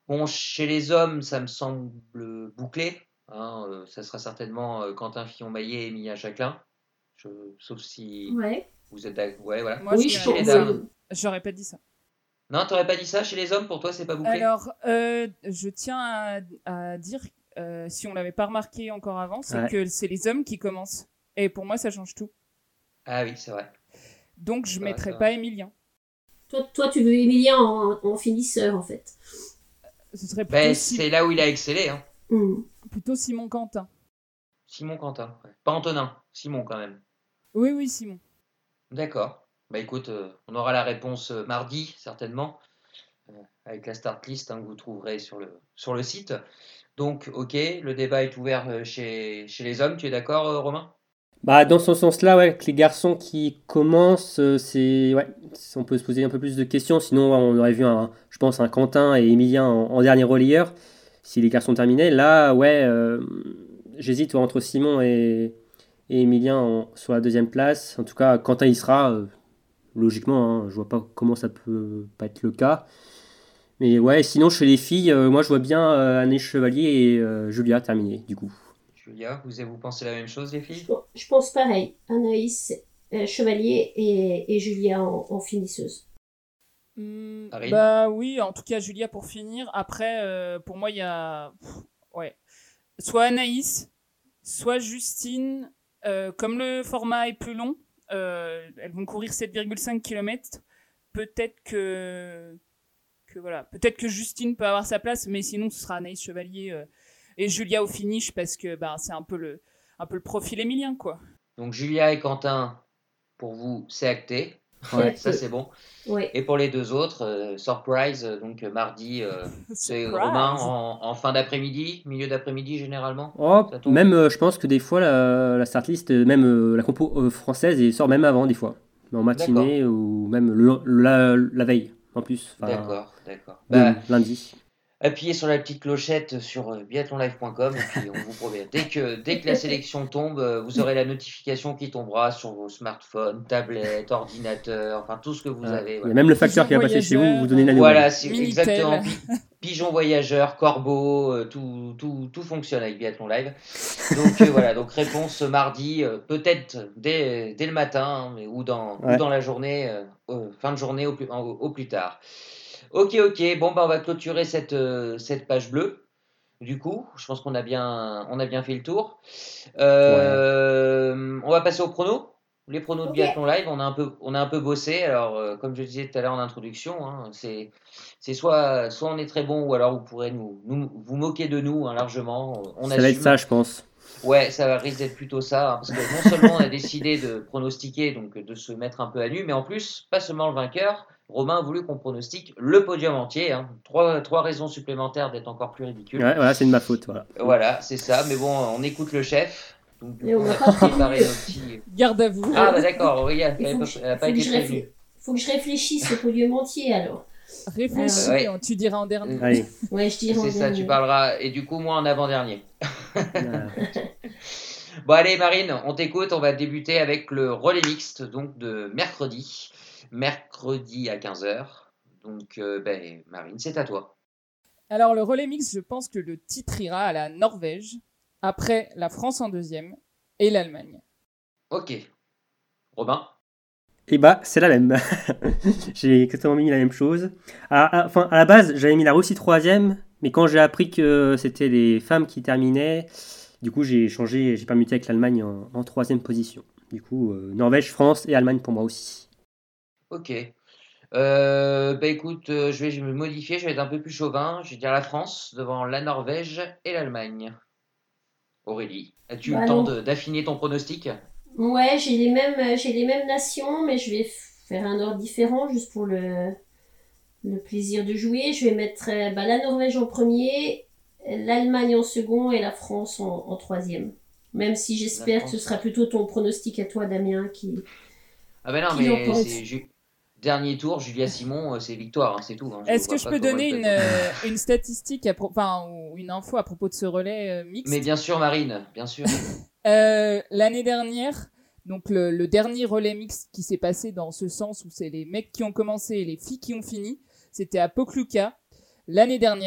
Bon, chez les hommes, ça me semble bouclé. Hein, euh, ça sera certainement euh, Quentin Fillon-Maillet et Emilia Jacquelin. Je, sauf si Ouais. vous êtes d'accord. Ouais, voilà. Moi, Oui, je je Chez les pense. dames. J'aurais pas dit ça. Non, t'aurais pas dit ça chez les hommes, pour toi, c'est pas bouclé? Alors, euh, je tiens à, à dire, euh, si on l'avait pas remarqué encore avant, c'est Ouais. que c'est les hommes qui commencent. Et pour moi, ça change tout. Ah oui, c'est vrai. Donc, je C'est mettrais vrai, pas Emilien. Toi, toi, tu veux Emilien en, en finisseur, en fait. Ce serait plutôt, Ben, Si- c'est là où il a excellé. Hein. Hmm. plutôt Simon Quentin. Simon Quentin. Ouais. Pas Antonin, Simon quand même. Oui, oui, Simon. D'accord. Bah écoute, euh, on aura la réponse euh, mardi, certainement, euh, avec la start list hein, que vous trouverez sur le, sur le site. Donc, ok, le débat est ouvert euh, chez, chez les hommes. Tu es d'accord, euh, Romain? Bah, dans ce sens-là, ouais, que les garçons qui commencent, euh, c'est, ouais, c'est- on peut se poser un peu plus de questions. Sinon, ouais, on aurait vu, un, je pense, un Quentin et Emilien en, en dernier relayeur, si les garçons terminaient. Là, ouais, euh, j'hésite ouais, entre Simon et, et Emilien en- sur la deuxième place. En tout cas, Quentin y sera, euh, logiquement. Hein, je vois pas comment ça peut pas être le cas. Mais ouais, sinon, chez les filles, euh, moi, je vois bien euh, Anaïs Chevalier et euh, Julia terminer, du coup. Julia, vous, vous pensez la même chose, les Je, filles? je pense pareil. Anaïs euh, Chevalier et, et Julia en, en finisseuse. Hmm, Marine bah oui, en tout cas, Julia pour finir. Après, euh, pour moi, il y a. Pff, ouais. Soit Anaïs, soit Justine. Euh, comme le format est plus long, euh, elles vont courir sept virgule cinq kilomètres. Peut-être que. que voilà. Peut-être que Justine peut avoir sa place, mais sinon, ce sera Anaïs Chevalier euh, et Julia au finish parce que bah, c'est un peu le, un peu le profil Émilien, quoi. Donc, Julia et Quentin, pour vous, c'est acté. Ouais. Ça, c'est bon. Ouais. Et pour les deux autres, euh, surprise, euh, donc euh, mardi, euh, c'est Surprise. Romain en, en fin d'après-midi, milieu d'après-midi généralement. Oh, Ça tombe. même, euh, je pense que des fois, la, la start list, euh, même euh, la compo euh, française, elle sort même avant, des fois. En matinée ou même le- la, la veille, en plus. Enfin, D'accord, d'accord. de- Bah, lundi. appuyez sur la petite clochette sur euh, biathlonlive point com et puis on vous promet. Dès que, dès que la sélection tombe, euh, vous aurez la notification qui tombera sur vos smartphones, tablettes, ordinateurs, enfin tout ce que vous Ouais. avez. Il y a Voilà, même le facteur qui va passer chez vous, vous donnez la nouvelle. voilà c'est Minitel. exactement. Pi- Pigeon voyageur, corbeau, euh, tout, tout, tout fonctionne avec Biathlon Live. Donc euh, voilà, donc réponse mardi, euh, peut-être dès, dès le matin hein, mais, ou, dans, Ouais. ou dans la journée, euh, euh, fin de journée au plus, au, au plus tard. Ok, ok, bon, bah, on va clôturer cette, euh, cette page bleue. Du coup, je pense qu'on a bien, on a bien fait le tour. Euh, On va passer aux pronos. Les pronos de Ok. Biathlon Live, on a un peu, on a un peu bossé. Alors, euh, comme je disais tout à l'heure en introduction, hein, c'est, c'est soit, soit on est très bon, ou alors vous pourrez nous, nous vous moquer de nous hein, largement. On Ça va être assume. ça, je pense. Ouais, ça risque d'être plutôt ça, hein, parce que non seulement on a décidé de pronostiquer, donc de se mettre un peu à nu, mais en plus, pas seulement le vainqueur, Romain a voulu qu'on pronostique le podium entier. Hein. Trois, trois raisons supplémentaires d'être encore plus ridicule. Ouais, voilà, c'est de ma faute. Voilà. Voilà, c'est ça, mais bon, on écoute le chef. Donc, du Et coup, on on n'a a pas préparé prévenu. nos petits. Garde à vous. Ah, bah d'accord, regarde, Il elle faut n'a que je- pas, elle a pas faut que été je prévenue. réfléchisse. Faut que je réfléchisse au podium entier alors. Réfléchis, Ouais. hein, tu diras en dernier. Allez. Ouais, je dirais en C'est ça, dernier. tu parleras. Et du coup, moi en avant-dernier. Voilà. Bon, allez, Marine, on t'écoute. On va débuter avec le relais mixte donc de mercredi. Mercredi à quinze heures. Donc, euh, ben, Marine, c'est à toi. Alors, le relais mix, je pense que le titre ira à la Norvège, après la France en deuxième et l'Allemagne. Ok. Robin. Et bah, c'est la même. J'ai exactement mis la même chose. À, à- enfin, à la base, j'avais mis la Russie troisième, mais quand j'ai appris que c'était les femmes qui terminaient, du coup, j'ai changé, j'ai permuté avec l'Allemagne en, en troisième position. Du coup, euh, Norvège, France et Allemagne pour moi aussi. Ok. Euh, bah écoute, euh, je vais me modifier, je vais être un peu plus chauvin. Je vais dire la France devant la Norvège et l'Allemagne. Aurélie, as-tu eu Bah le temps non. de- d'affiner ton pronostic? Ouais, j'ai les mêmes, euh, j'ai les mêmes nations, mais je vais f- faire un ordre différent juste pour le, le plaisir de jouer. Je vais mettre euh, bah, la Norvège en premier, l'Allemagne en second et la France en, en troisième. Même si j'espère que ce France. sera plutôt ton pronostic à toi, Damien, qui. Ah ben non, Qui mais l'emporte. c'est Ju- dernier tour, Julia Simon, euh, c'est victoire, hein, c'est tout. hein. Est-ce vois que je pas peux comment donner elle une, peut- euh, une statistique, à pro- enfin, ou une info à propos de ce relais euh, mixte? Mais bien sûr, Marine, bien sûr. Euh, L'année dernière, donc le, le dernier relais mixte qui s'est passé dans ce sens où c'est les mecs qui ont commencé et les filles qui ont fini, c'était à Pokluka. L'année dernière,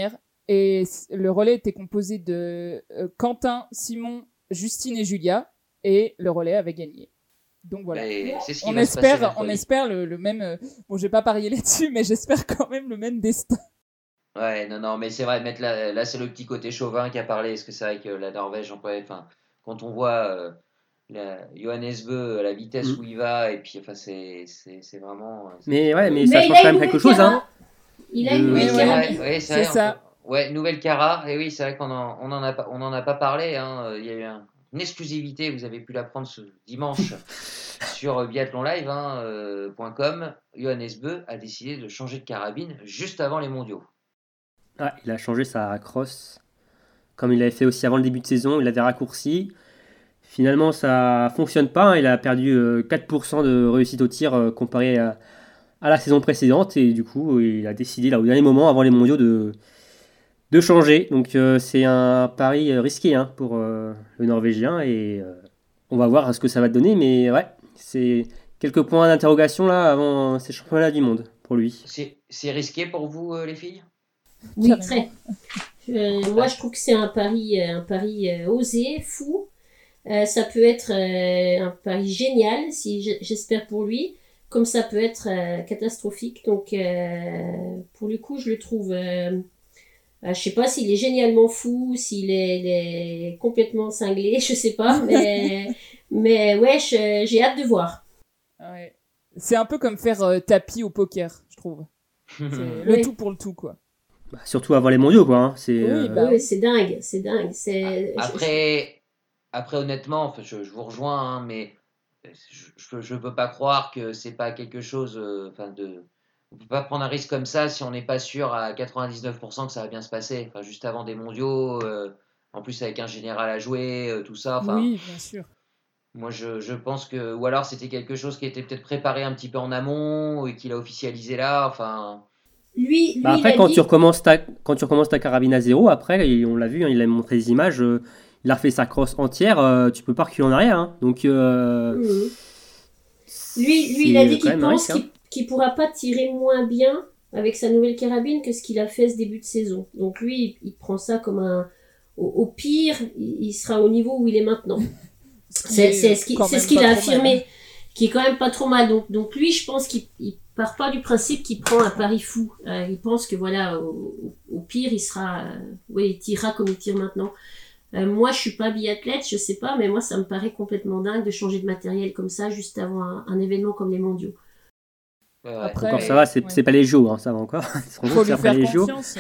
Et le relais était composé de euh, Quentin, Simon, Justine et Julia, et le relais avait gagné. Donc voilà. C'est ce qui on va espère, se passer on espère le, le même. Euh, bon, je vais pas parier là-dessus, mais j'espère quand même le même destin. Ouais, non, non, mais c'est vrai, mettre là, là c'est le petit côté chauvin qui a parlé, parce que c'est vrai que la Norvège, enfin, quand on voit euh, la, Johannes Bö, la vitesse mmh. où il va, et puis enfin, c'est vraiment. Mais ouais, mais, mais ça change quand même quelque chose, hein. Il a une nouvelle oui, carabine. Ouais, ouais, c'est ça. On, ouais, nouvelle cara, et oui, c'est vrai qu'on en, on en a pas, on en a pas parlé, hein. Il y a eu un, une exclusivité, vous avez pu l'apprendre ce dimanche sur biathlonlive point com. Euh, .com. Johannes Bö a décidé de changer de carabine juste avant les mondiaux. Ah, il a changé sa crosse, comme il l'avait fait aussi avant le début de saison, il l'avait raccourci. Finalement, ça fonctionne pas, hein. Il a perdu euh, quatre pour cent de réussite au tir euh, comparé à, à la saison précédente, et du coup, il a décidé là au dernier moment, avant les mondiaux, de, de changer. Donc euh, c'est un pari risqué, hein, pour euh, le Norvégien, et euh, on va voir ce que ça va donner, mais ouais, c'est quelques points d'interrogation là avant ces championnats du monde pour lui. C'est risqué pour vous, euh, les filles? Oui, très. Euh, moi, je trouve que c'est un pari, un pari euh, osé, fou. Euh, ça peut être euh, un pari génial, si j'espère pour lui, comme ça peut être euh, catastrophique. Donc, euh, pour le coup, je le trouve. Euh, euh, je sais pas s'il est génialement fou, s'il est, il est complètement cinglé, je sais pas, mais mais ouais, j'ai hâte de voir. Ouais. C'est un peu comme faire euh, tapis au poker, je trouve. C'est le oui. tout pour le tout, quoi. Bah, surtout avant les mondiaux, quoi. Hein. C'est oui, euh... bah, oui, c'est dingue, c'est dingue. C'est. Après, après honnêtement, je, je vous rejoins, hein, mais je ne peux pas croire que c'est pas quelque chose. Enfin, euh, de. On peut pas prendre un risque comme ça si on n'est pas sûr à quatre-vingt-dix-neuf pour cent que ça va bien se passer. Enfin, juste avant des mondiaux, euh, en plus avec un général à jouer, euh, tout ça. Enfin, oui, bien sûr. Moi, je, je pense que. Ou alors, c'était quelque chose qui était peut-être préparé un petit peu en amont et qu'il a officialisé là. Enfin. Lui, lui bah après, quand, dit... tu recommences ta, quand tu recommences ta carabine à zéro, après, on l'a vu, hein, il a montré des images, euh, il a refait sa crosse entière, euh, tu peux pas reculer en arrière. Hein. Donc. Euh, mmh. Lui, lui il a dit qu'il pense qu'il hein. qu pourra pas tirer moins bien avec sa nouvelle carabine que ce qu'il a fait ce début de saison. Donc lui, il, il prend ça comme un. Au, au pire, il, il sera au niveau où il est maintenant. C'est ce qu'il ce qu'il a affirmé, mal. Qui est quand même pas trop mal. Donc, donc lui, je pense qu'il part pas du principe qu'il prend un pari fou. Euh, il pense que voilà, au, au pire, il sera, euh, ouais, il tirera comme il tire maintenant. Euh, moi, je suis pas biathlète, je sais pas, mais moi, ça me paraît complètement dingue de changer de matériel comme ça juste avant un, un événement comme les mondiaux. Euh, Après, encore ça va, c'est ouais. pas les J O, hein, ça va encore. Il faut lui faire les confiance.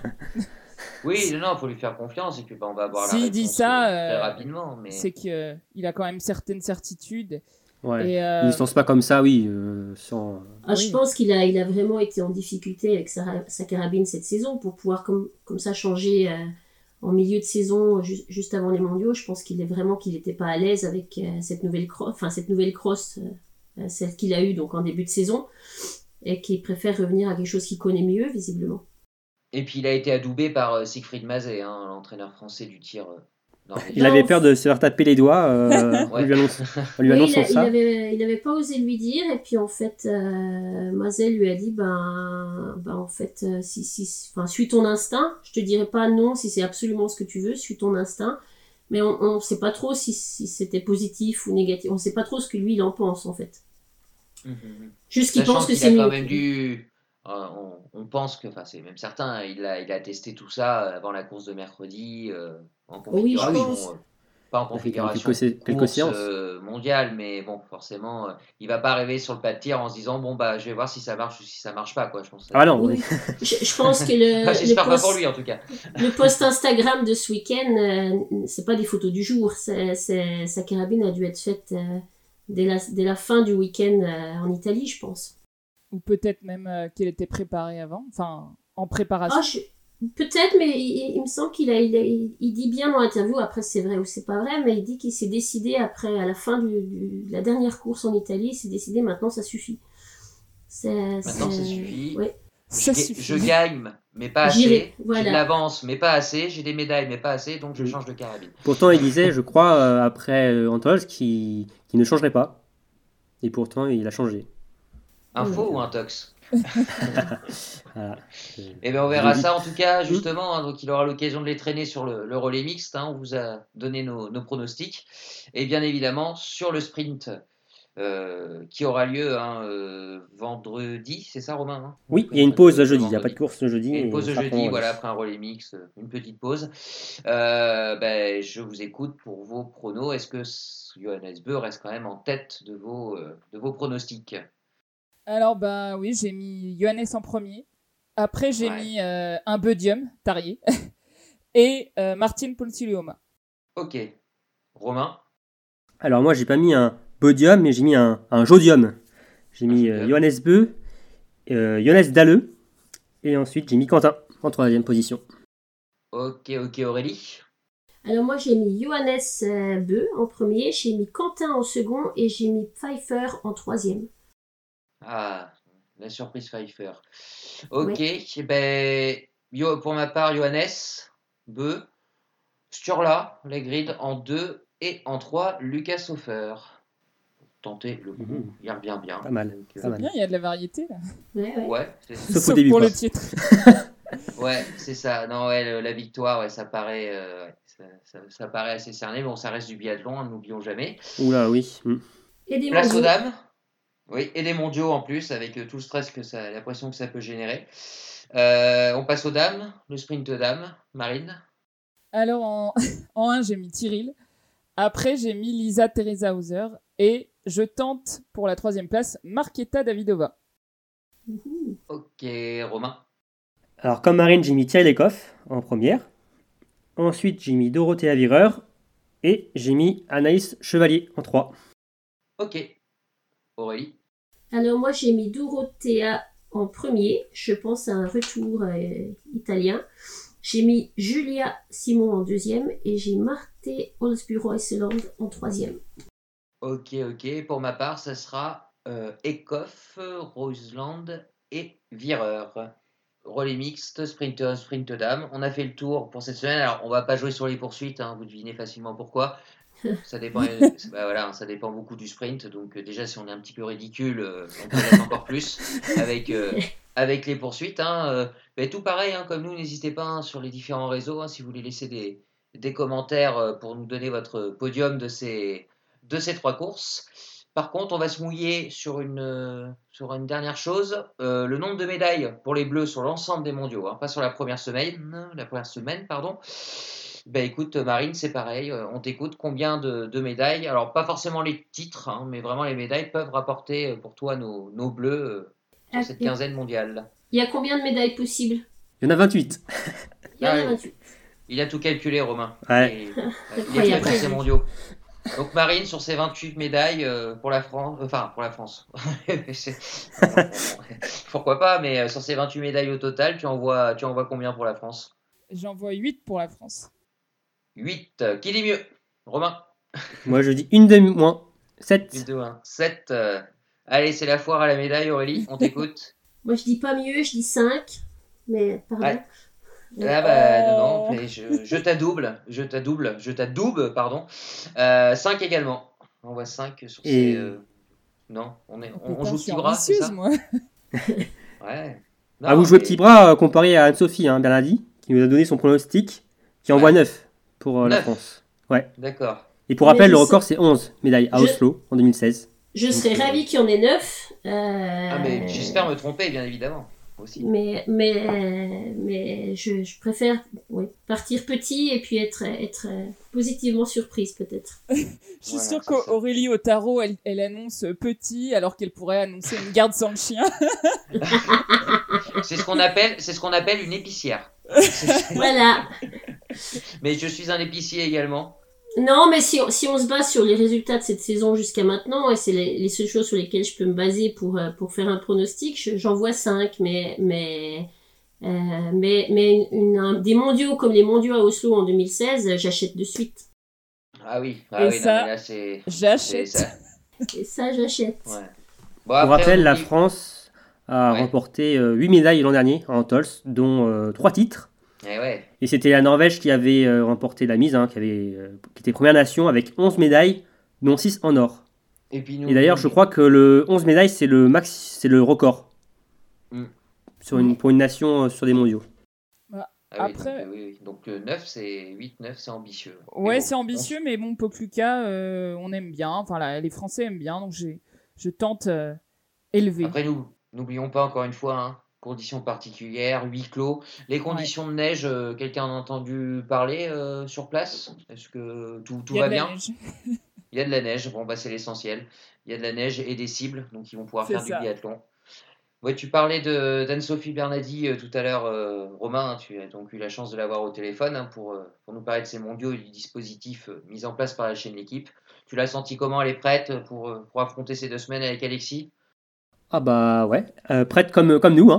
Oui, non, il faut lui faire confiance et puis bah, on va voir si la réponse dit ça, euh, très rapidement. Mais... c'est qu'il euh, a quand même certaines certitudes. Ouais. Et euh... Il ne se lance pas comme ça, oui. Euh, sans... ah, oui. Je pense qu'il a, il a vraiment été en difficulté avec sa, sa carabine cette saison pour pouvoir comme, comme ça changer euh, en milieu de saison, ju juste avant les mondiaux. Je pense qu'il est vraiment qu'il n'était pas à l'aise avec euh, cette nouvelle crosse, enfin cette nouvelle crosse, euh, celle qu'il a eue donc en début de saison, et qu'il préfère revenir à quelque chose qu'il connaît mieux visiblement. Et puis il a été adoubé par euh, Siegfried Mazet, hein, l'entraîneur français du tir. Euh, il non, avait peur de se faire taper les doigts euh, ouais. en lui annonçant, en lui annonçant oui, il a, ça. Il avait, il avait pas osé lui dire, et puis en fait, euh, Mazet lui a dit, ben, ben en fait, euh, si, si, enfin, suis ton instinct. Je te dirais pas non si c'est absolument ce que tu veux, suis ton instinct. Mais on ne sait pas trop si, si c'était positif ou négatif. On sait pas trop ce que lui il en pense en fait. Mmh. Juste qu'il pense que c'est mieux. Quand même dû... Euh, on, on pense que, enfin c'est même certain, il a, il a testé tout ça avant la course de mercredi, euh, en configuration, oui, euh, pas en configuration quelques, quelques course séances. Euh, mondiale, mais bon, forcément, euh, il va pas arriver sur le pas de tir en se disant bon bah je vais voir si ça marche ou si ça marche pas quoi. Je pense. Ah non. Oui. je, je pense que le. J'espère pas pour lui en tout cas. Le post Instagram de ce week-end, euh, c'est pas des photos du jour, c'est, c'est, sa carabine a dû être faite euh, dès, la, dès la fin du week-end euh, en Italie, je pense. Ou peut-être même euh, qu'elle était préparée avant, enfin en préparation. Ah, je... Peut-être, mais il, il me semble qu'il a, il, a, il dit bien dans l'interview, après c'est vrai ou c'est pas vrai, mais il dit qu'il s'est décidé après, à la fin du, du, de la dernière course en Italie, il s'est décidé maintenant ça suffit. Maintenant ça suffit. Ouais. Je, je gagne, mais pas assez. Voilà. J'ai de l'avance, mais pas assez. J'ai des médailles, mais pas assez, donc je oui. change de carabine. Pourtant, il disait, je crois, euh, après euh, Antols, qu'il qu ne changerait pas. Et pourtant, il a changé. Un faux ou un tox? Voilà. Et bien on verra ça en tout cas justement, hein, donc il aura l'occasion de les traîner sur le, le relais mixte, hein, on vous a donné nos, nos pronostics, et bien évidemment sur le sprint euh, qui aura lieu hein, euh, vendredi, c'est ça Romain hein Oui, il y a une pause jeudi, il n'y a pas de course le jeudi. Il y a une pause jeudi, voilà, après un relais mixte, une petite pause. Euh, ben, je vous écoute pour vos pronos, est-ce que Johannes Beu reste quand même en tête de vos, euh, de vos pronostics? Alors, bah oui, j'ai mis Johannes en premier. Après, j'ai ouais. mis euh, un Bodium, Tarier, et euh, Martin Ponzilioma. Ok. Romain? Alors, moi, j'ai pas mis un Bodium, mais j'ai mis un, un Jodium. J'ai un mis euh, Johannes Beu, euh, Johannes Dalleux, et ensuite, j'ai mis Quentin en troisième position. Ok, ok, Aurélie? Alors, moi, j'ai mis Johannes euh, Beu en premier, j'ai mis Quentin en second, et j'ai mis Pfeiffer en troisième. Ah, la surprise Pfeiffer. Ok, oui. Ben, yo, pour ma part, Johannes, Beu, Sturla, les grids en deux et en trois, Lucas Hofer. Tenter le coup, mmh. Il revient bien. Pas mal. Donc, pas c'est mal. bien, il y a de la variété là. Ouais, ouais. ouais c'est... Sauf, Sauf au début, pour quoi. Le titre. Ouais, c'est ça. Non, ouais, le, la victoire, ouais, ça paraît, euh, ça, ça, ça paraît assez cerné. Bon, ça reste du biathlon, hein, n'oublions jamais. Oula, oui. Mmh. Et des Place aux dames. Oui, et des mondiaux en plus, avec euh, tout le stress que ça, la pression que ça peut générer. Euh, on passe aux dames, le sprint dames. Marine? Alors, en, en un, j'ai mis Tyrrell. Après, j'ai mis Lisa Teresa Hauser. Et je tente pour la troisième place Marketa Davidova. Mmh. Ok, Romain? Alors, comme Marine, j'ai mis Thierry Lecoff en première. Ensuite, j'ai mis Dorothea Virer. Et j'ai mis Anaïs Chevalier en trois. Ok. Aurélie? Alors moi j'ai mis Dorothea en premier, je pense à un retour euh, italien. J'ai mis Julia Simon en deuxième et j'ai Marte Olsby-Reuseland en troisième. Ok, ok. Pour ma part, ça sera euh, Ekoff, Reuseland et Vireur. Relais mixte, sprinter, sprint dame. On a fait le tour pour cette semaine. Alors on va pas jouer sur les poursuites, hein, vous devinez facilement pourquoi. Ça dépend, bah voilà, ça dépend beaucoup du sprint. Donc euh, déjà, si on est un petit peu ridicule, euh, on peut l'être encore plus avec, euh, avec les poursuites. Hein, euh, bah, tout pareil, hein, comme nous, n'hésitez pas hein, sur les différents réseaux, hein, si vous voulez laisser des, des commentaires euh, pour nous donner votre podium de ces, de ces trois courses. Par contre, on va se mouiller sur une, euh, sur une dernière chose, euh, le nombre de médailles pour les Bleus sur l'ensemble des mondiaux, hein, pas sur la première semaine, la première semaine, pardon. Ben écoute Marine, c'est pareil, on t'écoute, combien de, de médailles, alors pas forcément les titres, hein, mais vraiment les médailles peuvent rapporter pour toi nos, nos bleus euh, sur ah, cette quinzaine mondiale. Il y a combien de médailles possibles? Il y en a vingt-huit. Il y en a vingt-huit. Il a tout calculé Romain, ouais. Et, il a fait ses mondiaux. Donc Marine, sur ses vingt-huit médailles euh, pour la France, enfin pour la France, pourquoi pas, mais sur ces vingt-huit médailles au total, tu envoies, tu envoies combien pour la France? J'envoie huit pour la France. huit. Qui dit mieux? Romain? Moi, je dis une de moins. sept. Une de moins. sept. Euh... Allez, c'est la foire à la médaille, Aurélie. On t'écoute. Moi, je dis pas mieux, je dis cinq. Mais, pardon. Ouais. Ah bah, non, non. Mais je, je t'adouble. Je t'adouble. Je t'adouble, pardon. Euh, cinq également. On voit cinq sur ces... Et... Euh... Non, on, est, on, Putain, on joue petit bras, c'est ça? moi. Ouais. Non, ah, vous mais... jouez petit bras euh, comparé à Anne-Sophie hein, Bernardi, qui nous a donné son pronostic, qui envoie ouais. neuf pour euh, la France. Ouais. D'accord. Et pour rappel, le record, sais... c'est onze médailles à je... Oslo en deux mille seize. Je serais Donc, ravie qu'il y en ait neuf. Euh... Ah, mais j'espère me tromper, bien évidemment. Aussi. Mais, mais, mais je, je préfère oui, partir petit et puis être, être positivement surprise, peut-être. Je suis voilà, sûre qu'Aurélie au tarot, elle, elle annonce petit alors qu'elle pourrait annoncer une garde sans le chien. C'est ce qu'on appelle, c'est ce qu'on appelle une épicière. Voilà. Mais je suis un épicier également. Non, mais si on, si on se base sur les résultats de cette saison jusqu'à maintenant, et c'est les, les seules choses sur lesquelles je peux me baser pour, pour faire un pronostic, je, j'en vois cinq, mais, mais, euh, mais, mais une, un, des mondiaux comme les mondiaux à Oslo en deux mille seize, j'achète de suite. Ah oui, ah et oui, ça, non, mais là, c'est, j'achète. C'est ça. Et ça, j'achète. Ouais. Bon, pour rappel, la France a ouais. remporté euh, huit médailles l'an dernier en Tols, dont euh, trois titres. Et, ouais. Et c'était la Norvège qui avait euh, remporté la mise, hein, qui, avait, euh, qui était première nation avec onze médailles, dont six en or. Et, puis nous, et d'ailleurs, nous... je crois que le onze médailles, c'est le, max, c'est le record. mm. sur une, pour une nation euh, sur des mondiaux. Bah, Ah oui, après, donc, euh, oui, oui. Donc euh, neuf, c'est huit neuf, c'est ambitieux. ouais, Mais c'est bon, ambitieux, mais bon, Pokluka, euh, on aime bien. Enfin, là, les Français aiment bien, donc j'ai, je tente euh, élevé. Après, nous, n'oublions pas encore une fois, hein, conditions particulières, huis clos. Les Ouais. conditions de neige, euh, quelqu'un en a entendu parler euh, sur place? Est-ce que tout, tout Il y a va de la bien? neige. Il y a de la neige, bon bah c'est l'essentiel. Il y a de la neige et des cibles, donc ils vont pouvoir C'est faire du ça. biathlon. Ouais, tu parlais de d'Anne-Sophie Bernadi euh, tout à l'heure, euh, Romain, hein, tu as donc eu la chance de l'avoir au téléphone hein, pour, euh, pour nous parler de ces mondiaux et du dispositif euh, mis en place par la chaîne L'équipe. Tu l'as senti comment? Elle est prête pour, euh, pour affronter ces deux semaines avec Alexis? Ah bah ouais, euh, prête comme, comme nous, hein,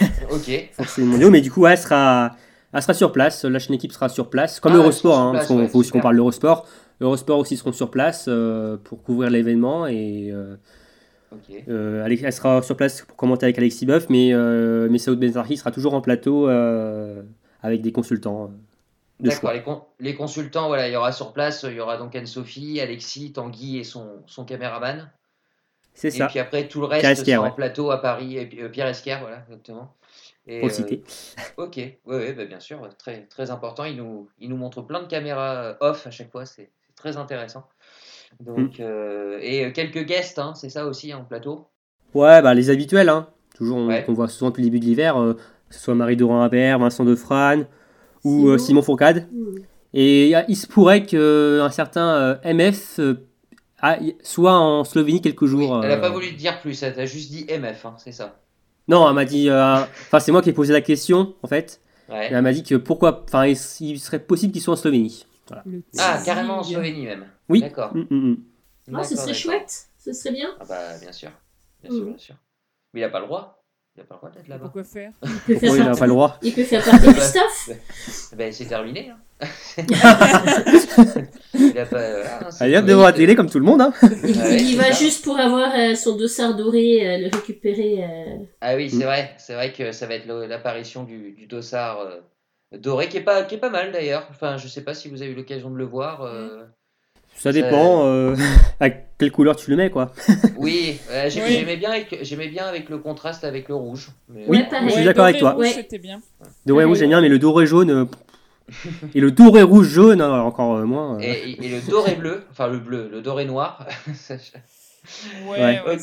Ok. pour ces mondiaux, mais du coup, ouais, elle sera, elle sera sur place, la chaîne équipe sera sur place, comme Ah, elles Eurosport, sont sur hein, parce place, qu'il ouais, faut aussi qu'on super. parle d'Eurosport. Eurosport aussi seront sur place euh, pour couvrir l'événement, et euh, Ok. euh, Alex- elle sera sur place pour commenter avec Alexis Boeuf, mais, euh, mais Saoud Benzarhi sera toujours en plateau euh, avec des consultants euh, de D'accord, choix. les, con- les consultants, voilà, il y aura sur place, il y aura donc Anne-Sophie, Alexis, Tanguy et son, son caméraman. C'est Et puis ça, après, tout le Pierre reste Esquer, sera en ouais, plateau à Paris, et puis, euh, Pierre Esquer, voilà, exactement. pour Et le euh, citer. ok, oui, ouais, bah, bien sûr, ouais, très, très important. Il nous, il nous montre plein de caméras euh, off à chaque fois, c'est c'est très intéressant. Mm. Donc, euh, et euh, quelques guests, hein, c'est ça aussi, en plateau. Ouais, bah les habituels, hein, toujours on- qu'on Ouais, voit souvent depuis le début de l'hiver, euh, que ce soit Marie-Dorin Habert, Vincent Defrane ou euh, Simon. Simon Fourcade. Hmm. Et il y a- il se pourrait qu'un certain euh, M F euh, a- soit en Slovénie quelques jours. oui, elle a pas euh. voulu te dire plus, elle t'a juste dit M F, hein, c'est ça. Non, elle m'a dit. euh, Enfin, c'est moi qui ai posé la question, en fait. Et elle Ouais. m'a dit que pourquoi. Enfin, il, il serait possible qu'il soit en Slovénie. Voilà. Le Ah, carrément en teasing. Slovénie même. Oui. D'accord. Mm, mm, mm. Ah, ce D'accord, serait d'accord. chouette. Ce serait bien. Ah bah bien sûr, bien sûr, Hmm. bien sûr. Mais il a pas le droit. Il a pas le droit d'être Mais là-bas. pourquoi faire? Il peut Pourquoi faire il n'a partie, pas le droit il peut faire partie du staff. Ben c'est terminé. Hein. il a pas. Voilà, hein, c'est Elle vient tout. devant la télé comme tout le monde. Hein. Il, Ouais, il y c'est va ça. juste pour avoir euh, son dossard doré, euh, le récupérer. euh. Ah oui, Mm. c'est vrai, c'est vrai que ça va être le- l'apparition du, du dossard euh, doré qui est pas qui est pas mal d'ailleurs. Enfin, je sais pas si vous avez eu l'occasion de le voir. euh, Ça ça- dépend euh, à quelle couleur tu le mets, quoi. Oui, euh, j'ai- Oui. j'aimais bien avec j'aimais bien avec le contraste avec le rouge. Mais, Oui, Ouais, pareil. je suis Ouais, d'accord avec doré toi. rouge, Ouais. c'était bien. Doré Pareil. rouge, j'aime bien, mais le doré jaune. euh, Et le doré rouge jaune, alors encore euh, moins. euh. Et, et le doré bleu, enfin le bleu, le doré noir. Ouais, Ouais. ouais. Ok.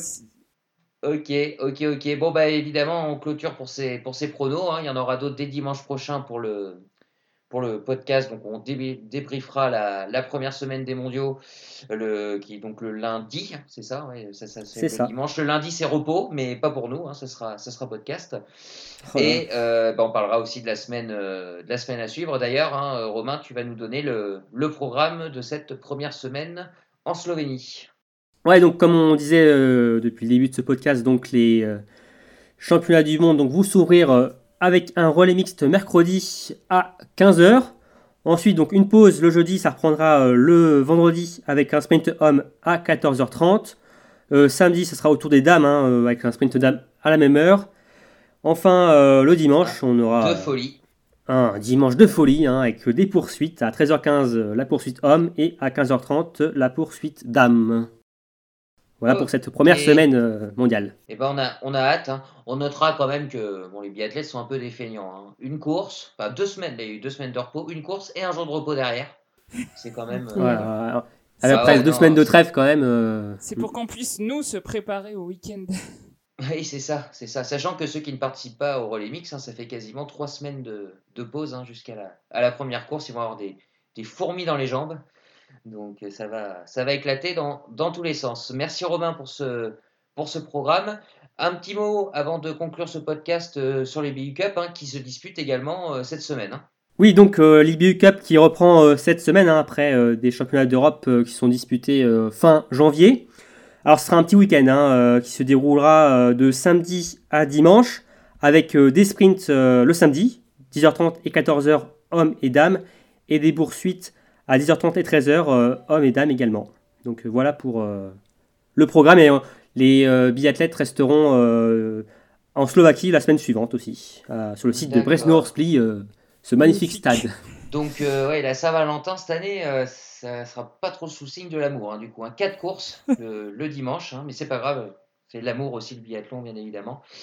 Ok, ok, ok. Bon, bah évidemment, on clôture pour ces, pour ces pronos. Hein. Il y en aura d'autres dès dimanche prochain pour le, pour le podcast. Donc, on dé- débriefera la, la première semaine des mondiaux, le, qui est donc le lundi. C'est ça, ouais, ça, ça, c'est C'est le ça. dimanche. Le lundi, c'est repos, mais pas pour nous. Hein. Ça sera, ça sera podcast. Oh là. Et euh, bah, on parlera aussi de la semaine, euh, de la semaine à suivre. D'ailleurs, hein, Romain, tu vas nous donner le, le programme de cette première semaine en Slovénie. Ouais, donc comme on disait euh, depuis le début de ce podcast, donc les euh, championnats du monde donc, vont s'ouvrir euh, avec un relais mixte mercredi à quinze heures. Ensuite, donc une pause le jeudi, ça reprendra euh, le vendredi avec un sprint homme à quatorze heures trente. Euh, samedi, ça sera au tour des dames hein, euh, avec un sprint dame à la même heure. Enfin, euh, le dimanche, on aura De folie. euh, un dimanche de folie hein, avec des poursuites. À treize heures quinze, euh, la poursuite homme et à quinze heures trente, la poursuite dame. Voilà pour cette première Ok. semaine euh, mondiale. Eh ben on a, on a hâte. Hein. On notera quand même que bon, les biathlètes sont un peu des feignants. Hein. Une course, enfin deux semaines, il y a eu deux semaines de repos, une course et un jour de repos derrière. C'est quand même. euh, Voilà. C'est Après ouais, deux non, semaines de c'est- trêve quand même. euh, C'est pour qu'on puisse nous se préparer au week-end. Oui, c'est ça, c'est ça. Sachant que ceux qui ne participent pas au relais mix, hein, ça fait quasiment trois semaines de, de pause hein, jusqu'à la, à la première course. Ils vont avoir des, des fourmis dans les jambes. Donc euh, ça va, ça va éclater dans, dans tous les sens. Merci Romain pour ce, pour ce programme. Un petit mot avant de conclure ce podcast euh, sur les B U Cup hein, qui se disputent également euh, cette semaine. Hein. Oui, donc euh, l'I B U Cup qui reprend euh, cette semaine hein, après euh, des championnats d'Europe euh, qui sont disputés euh, fin janvier. Alors ce sera un petit week-end hein, euh, qui se déroulera euh, de samedi à dimanche avec euh, des sprints euh, le samedi, dix heures trente et quatorze heures hommes et dames, et des poursuites à dix heures trente et treize heures euh, hommes et dames également. Donc euh, voilà pour euh, le programme et euh, les euh, biathlètes resteront euh, en Slovaquie la semaine suivante aussi, euh, sur le site de D'accord. Bresno-Horspli, euh, ce magnifique Magnifique. stade. Donc euh, ouais, la Saint-Valentin cette année, euh, ça sera pas trop sous le signe de l'amour. Hein, du coup, hein. Quatre courses le, le dimanche, hein, mais c'est pas grave. C'est de l'amour aussi le biathlon, bien évidemment.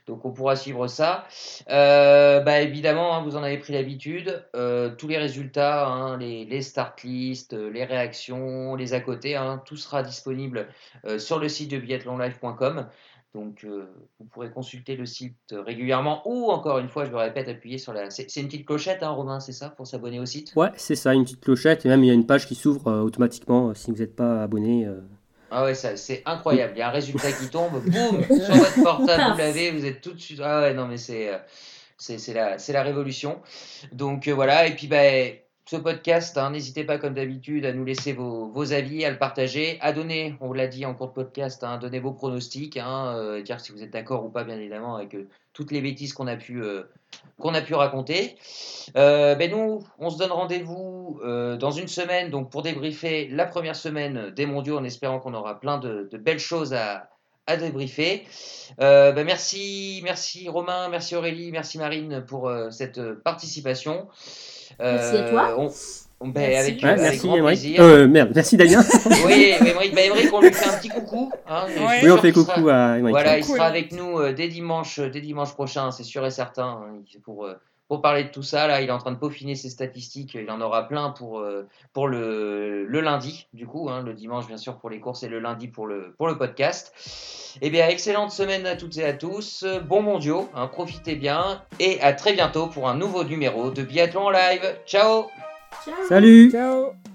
Donc on pourra suivre ça. Euh, bah évidemment, hein, vous en avez pris l'habitude. Euh, tous les résultats, hein, les, les start lists, les réactions, les à côté, hein, tout sera disponible euh, sur le site de biathlon live point com. Donc euh, vous pourrez consulter le site régulièrement ou encore une fois, je le répète, appuyer sur la... C'est, c'est une petite clochette, hein, Romain, c'est ça, pour s'abonner au site ? Ouais, c'est ça, une petite clochette. Et même il y a une page qui s'ouvre euh, automatiquement euh, si vous n'êtes pas abonné. Euh... Ah ouais, ça, c'est incroyable. Il y a un résultat qui tombe, boum, sur votre portable, vous l'avez, vous êtes tout de suite. Ah ouais, non, mais c'est, euh, c'est, c'est, la, c'est la révolution. Donc euh, voilà, et puis bah, ce podcast, hein, n'hésitez pas comme d'habitude à nous laisser vos, vos avis, à le partager, à donner, on l'a dit en cours de podcast, hein, donner vos pronostics, hein, euh, dire si vous êtes d'accord ou pas, bien évidemment, avec euh, toutes les bêtises qu'on a pu, euh, qu'on a pu raconter. Euh, ben nous, on se donne rendez-vous euh, dans une semaine donc pour débriefer la première semaine des mondiaux en espérant qu'on aura plein de, de belles choses à, à débriefer. Euh, ben merci, merci Romain, merci Aurélie, merci Marine pour euh, cette participation. Euh, merci à toi. On, on, ben, merci. avec, Ouais, avec merci grand Émeric. plaisir. Euh, merde, merci Damien. Oui, Émeric, ben, Émeric, on lui fait un petit coucou. Hein, Ouais. Oui, on fait sera, coucou à Émeric. Voilà, il Coucou, sera Émeric. avec nous euh, dès dimanche, dès dimanche prochain, c'est sûr et certain. Hein, pour euh, Pour parler de tout ça, là, il est en train de peaufiner ses statistiques. Il en aura plein pour, euh, pour le, le lundi, du coup, hein, le dimanche, bien sûr, pour les courses et le lundi pour le, pour le podcast. Eh bien, excellente semaine à toutes et à tous. Bon mondiaux, hein, profitez bien. Et à très bientôt pour un nouveau numéro de Biathlon en live. Ciao! Ciao. Salut. Ciao.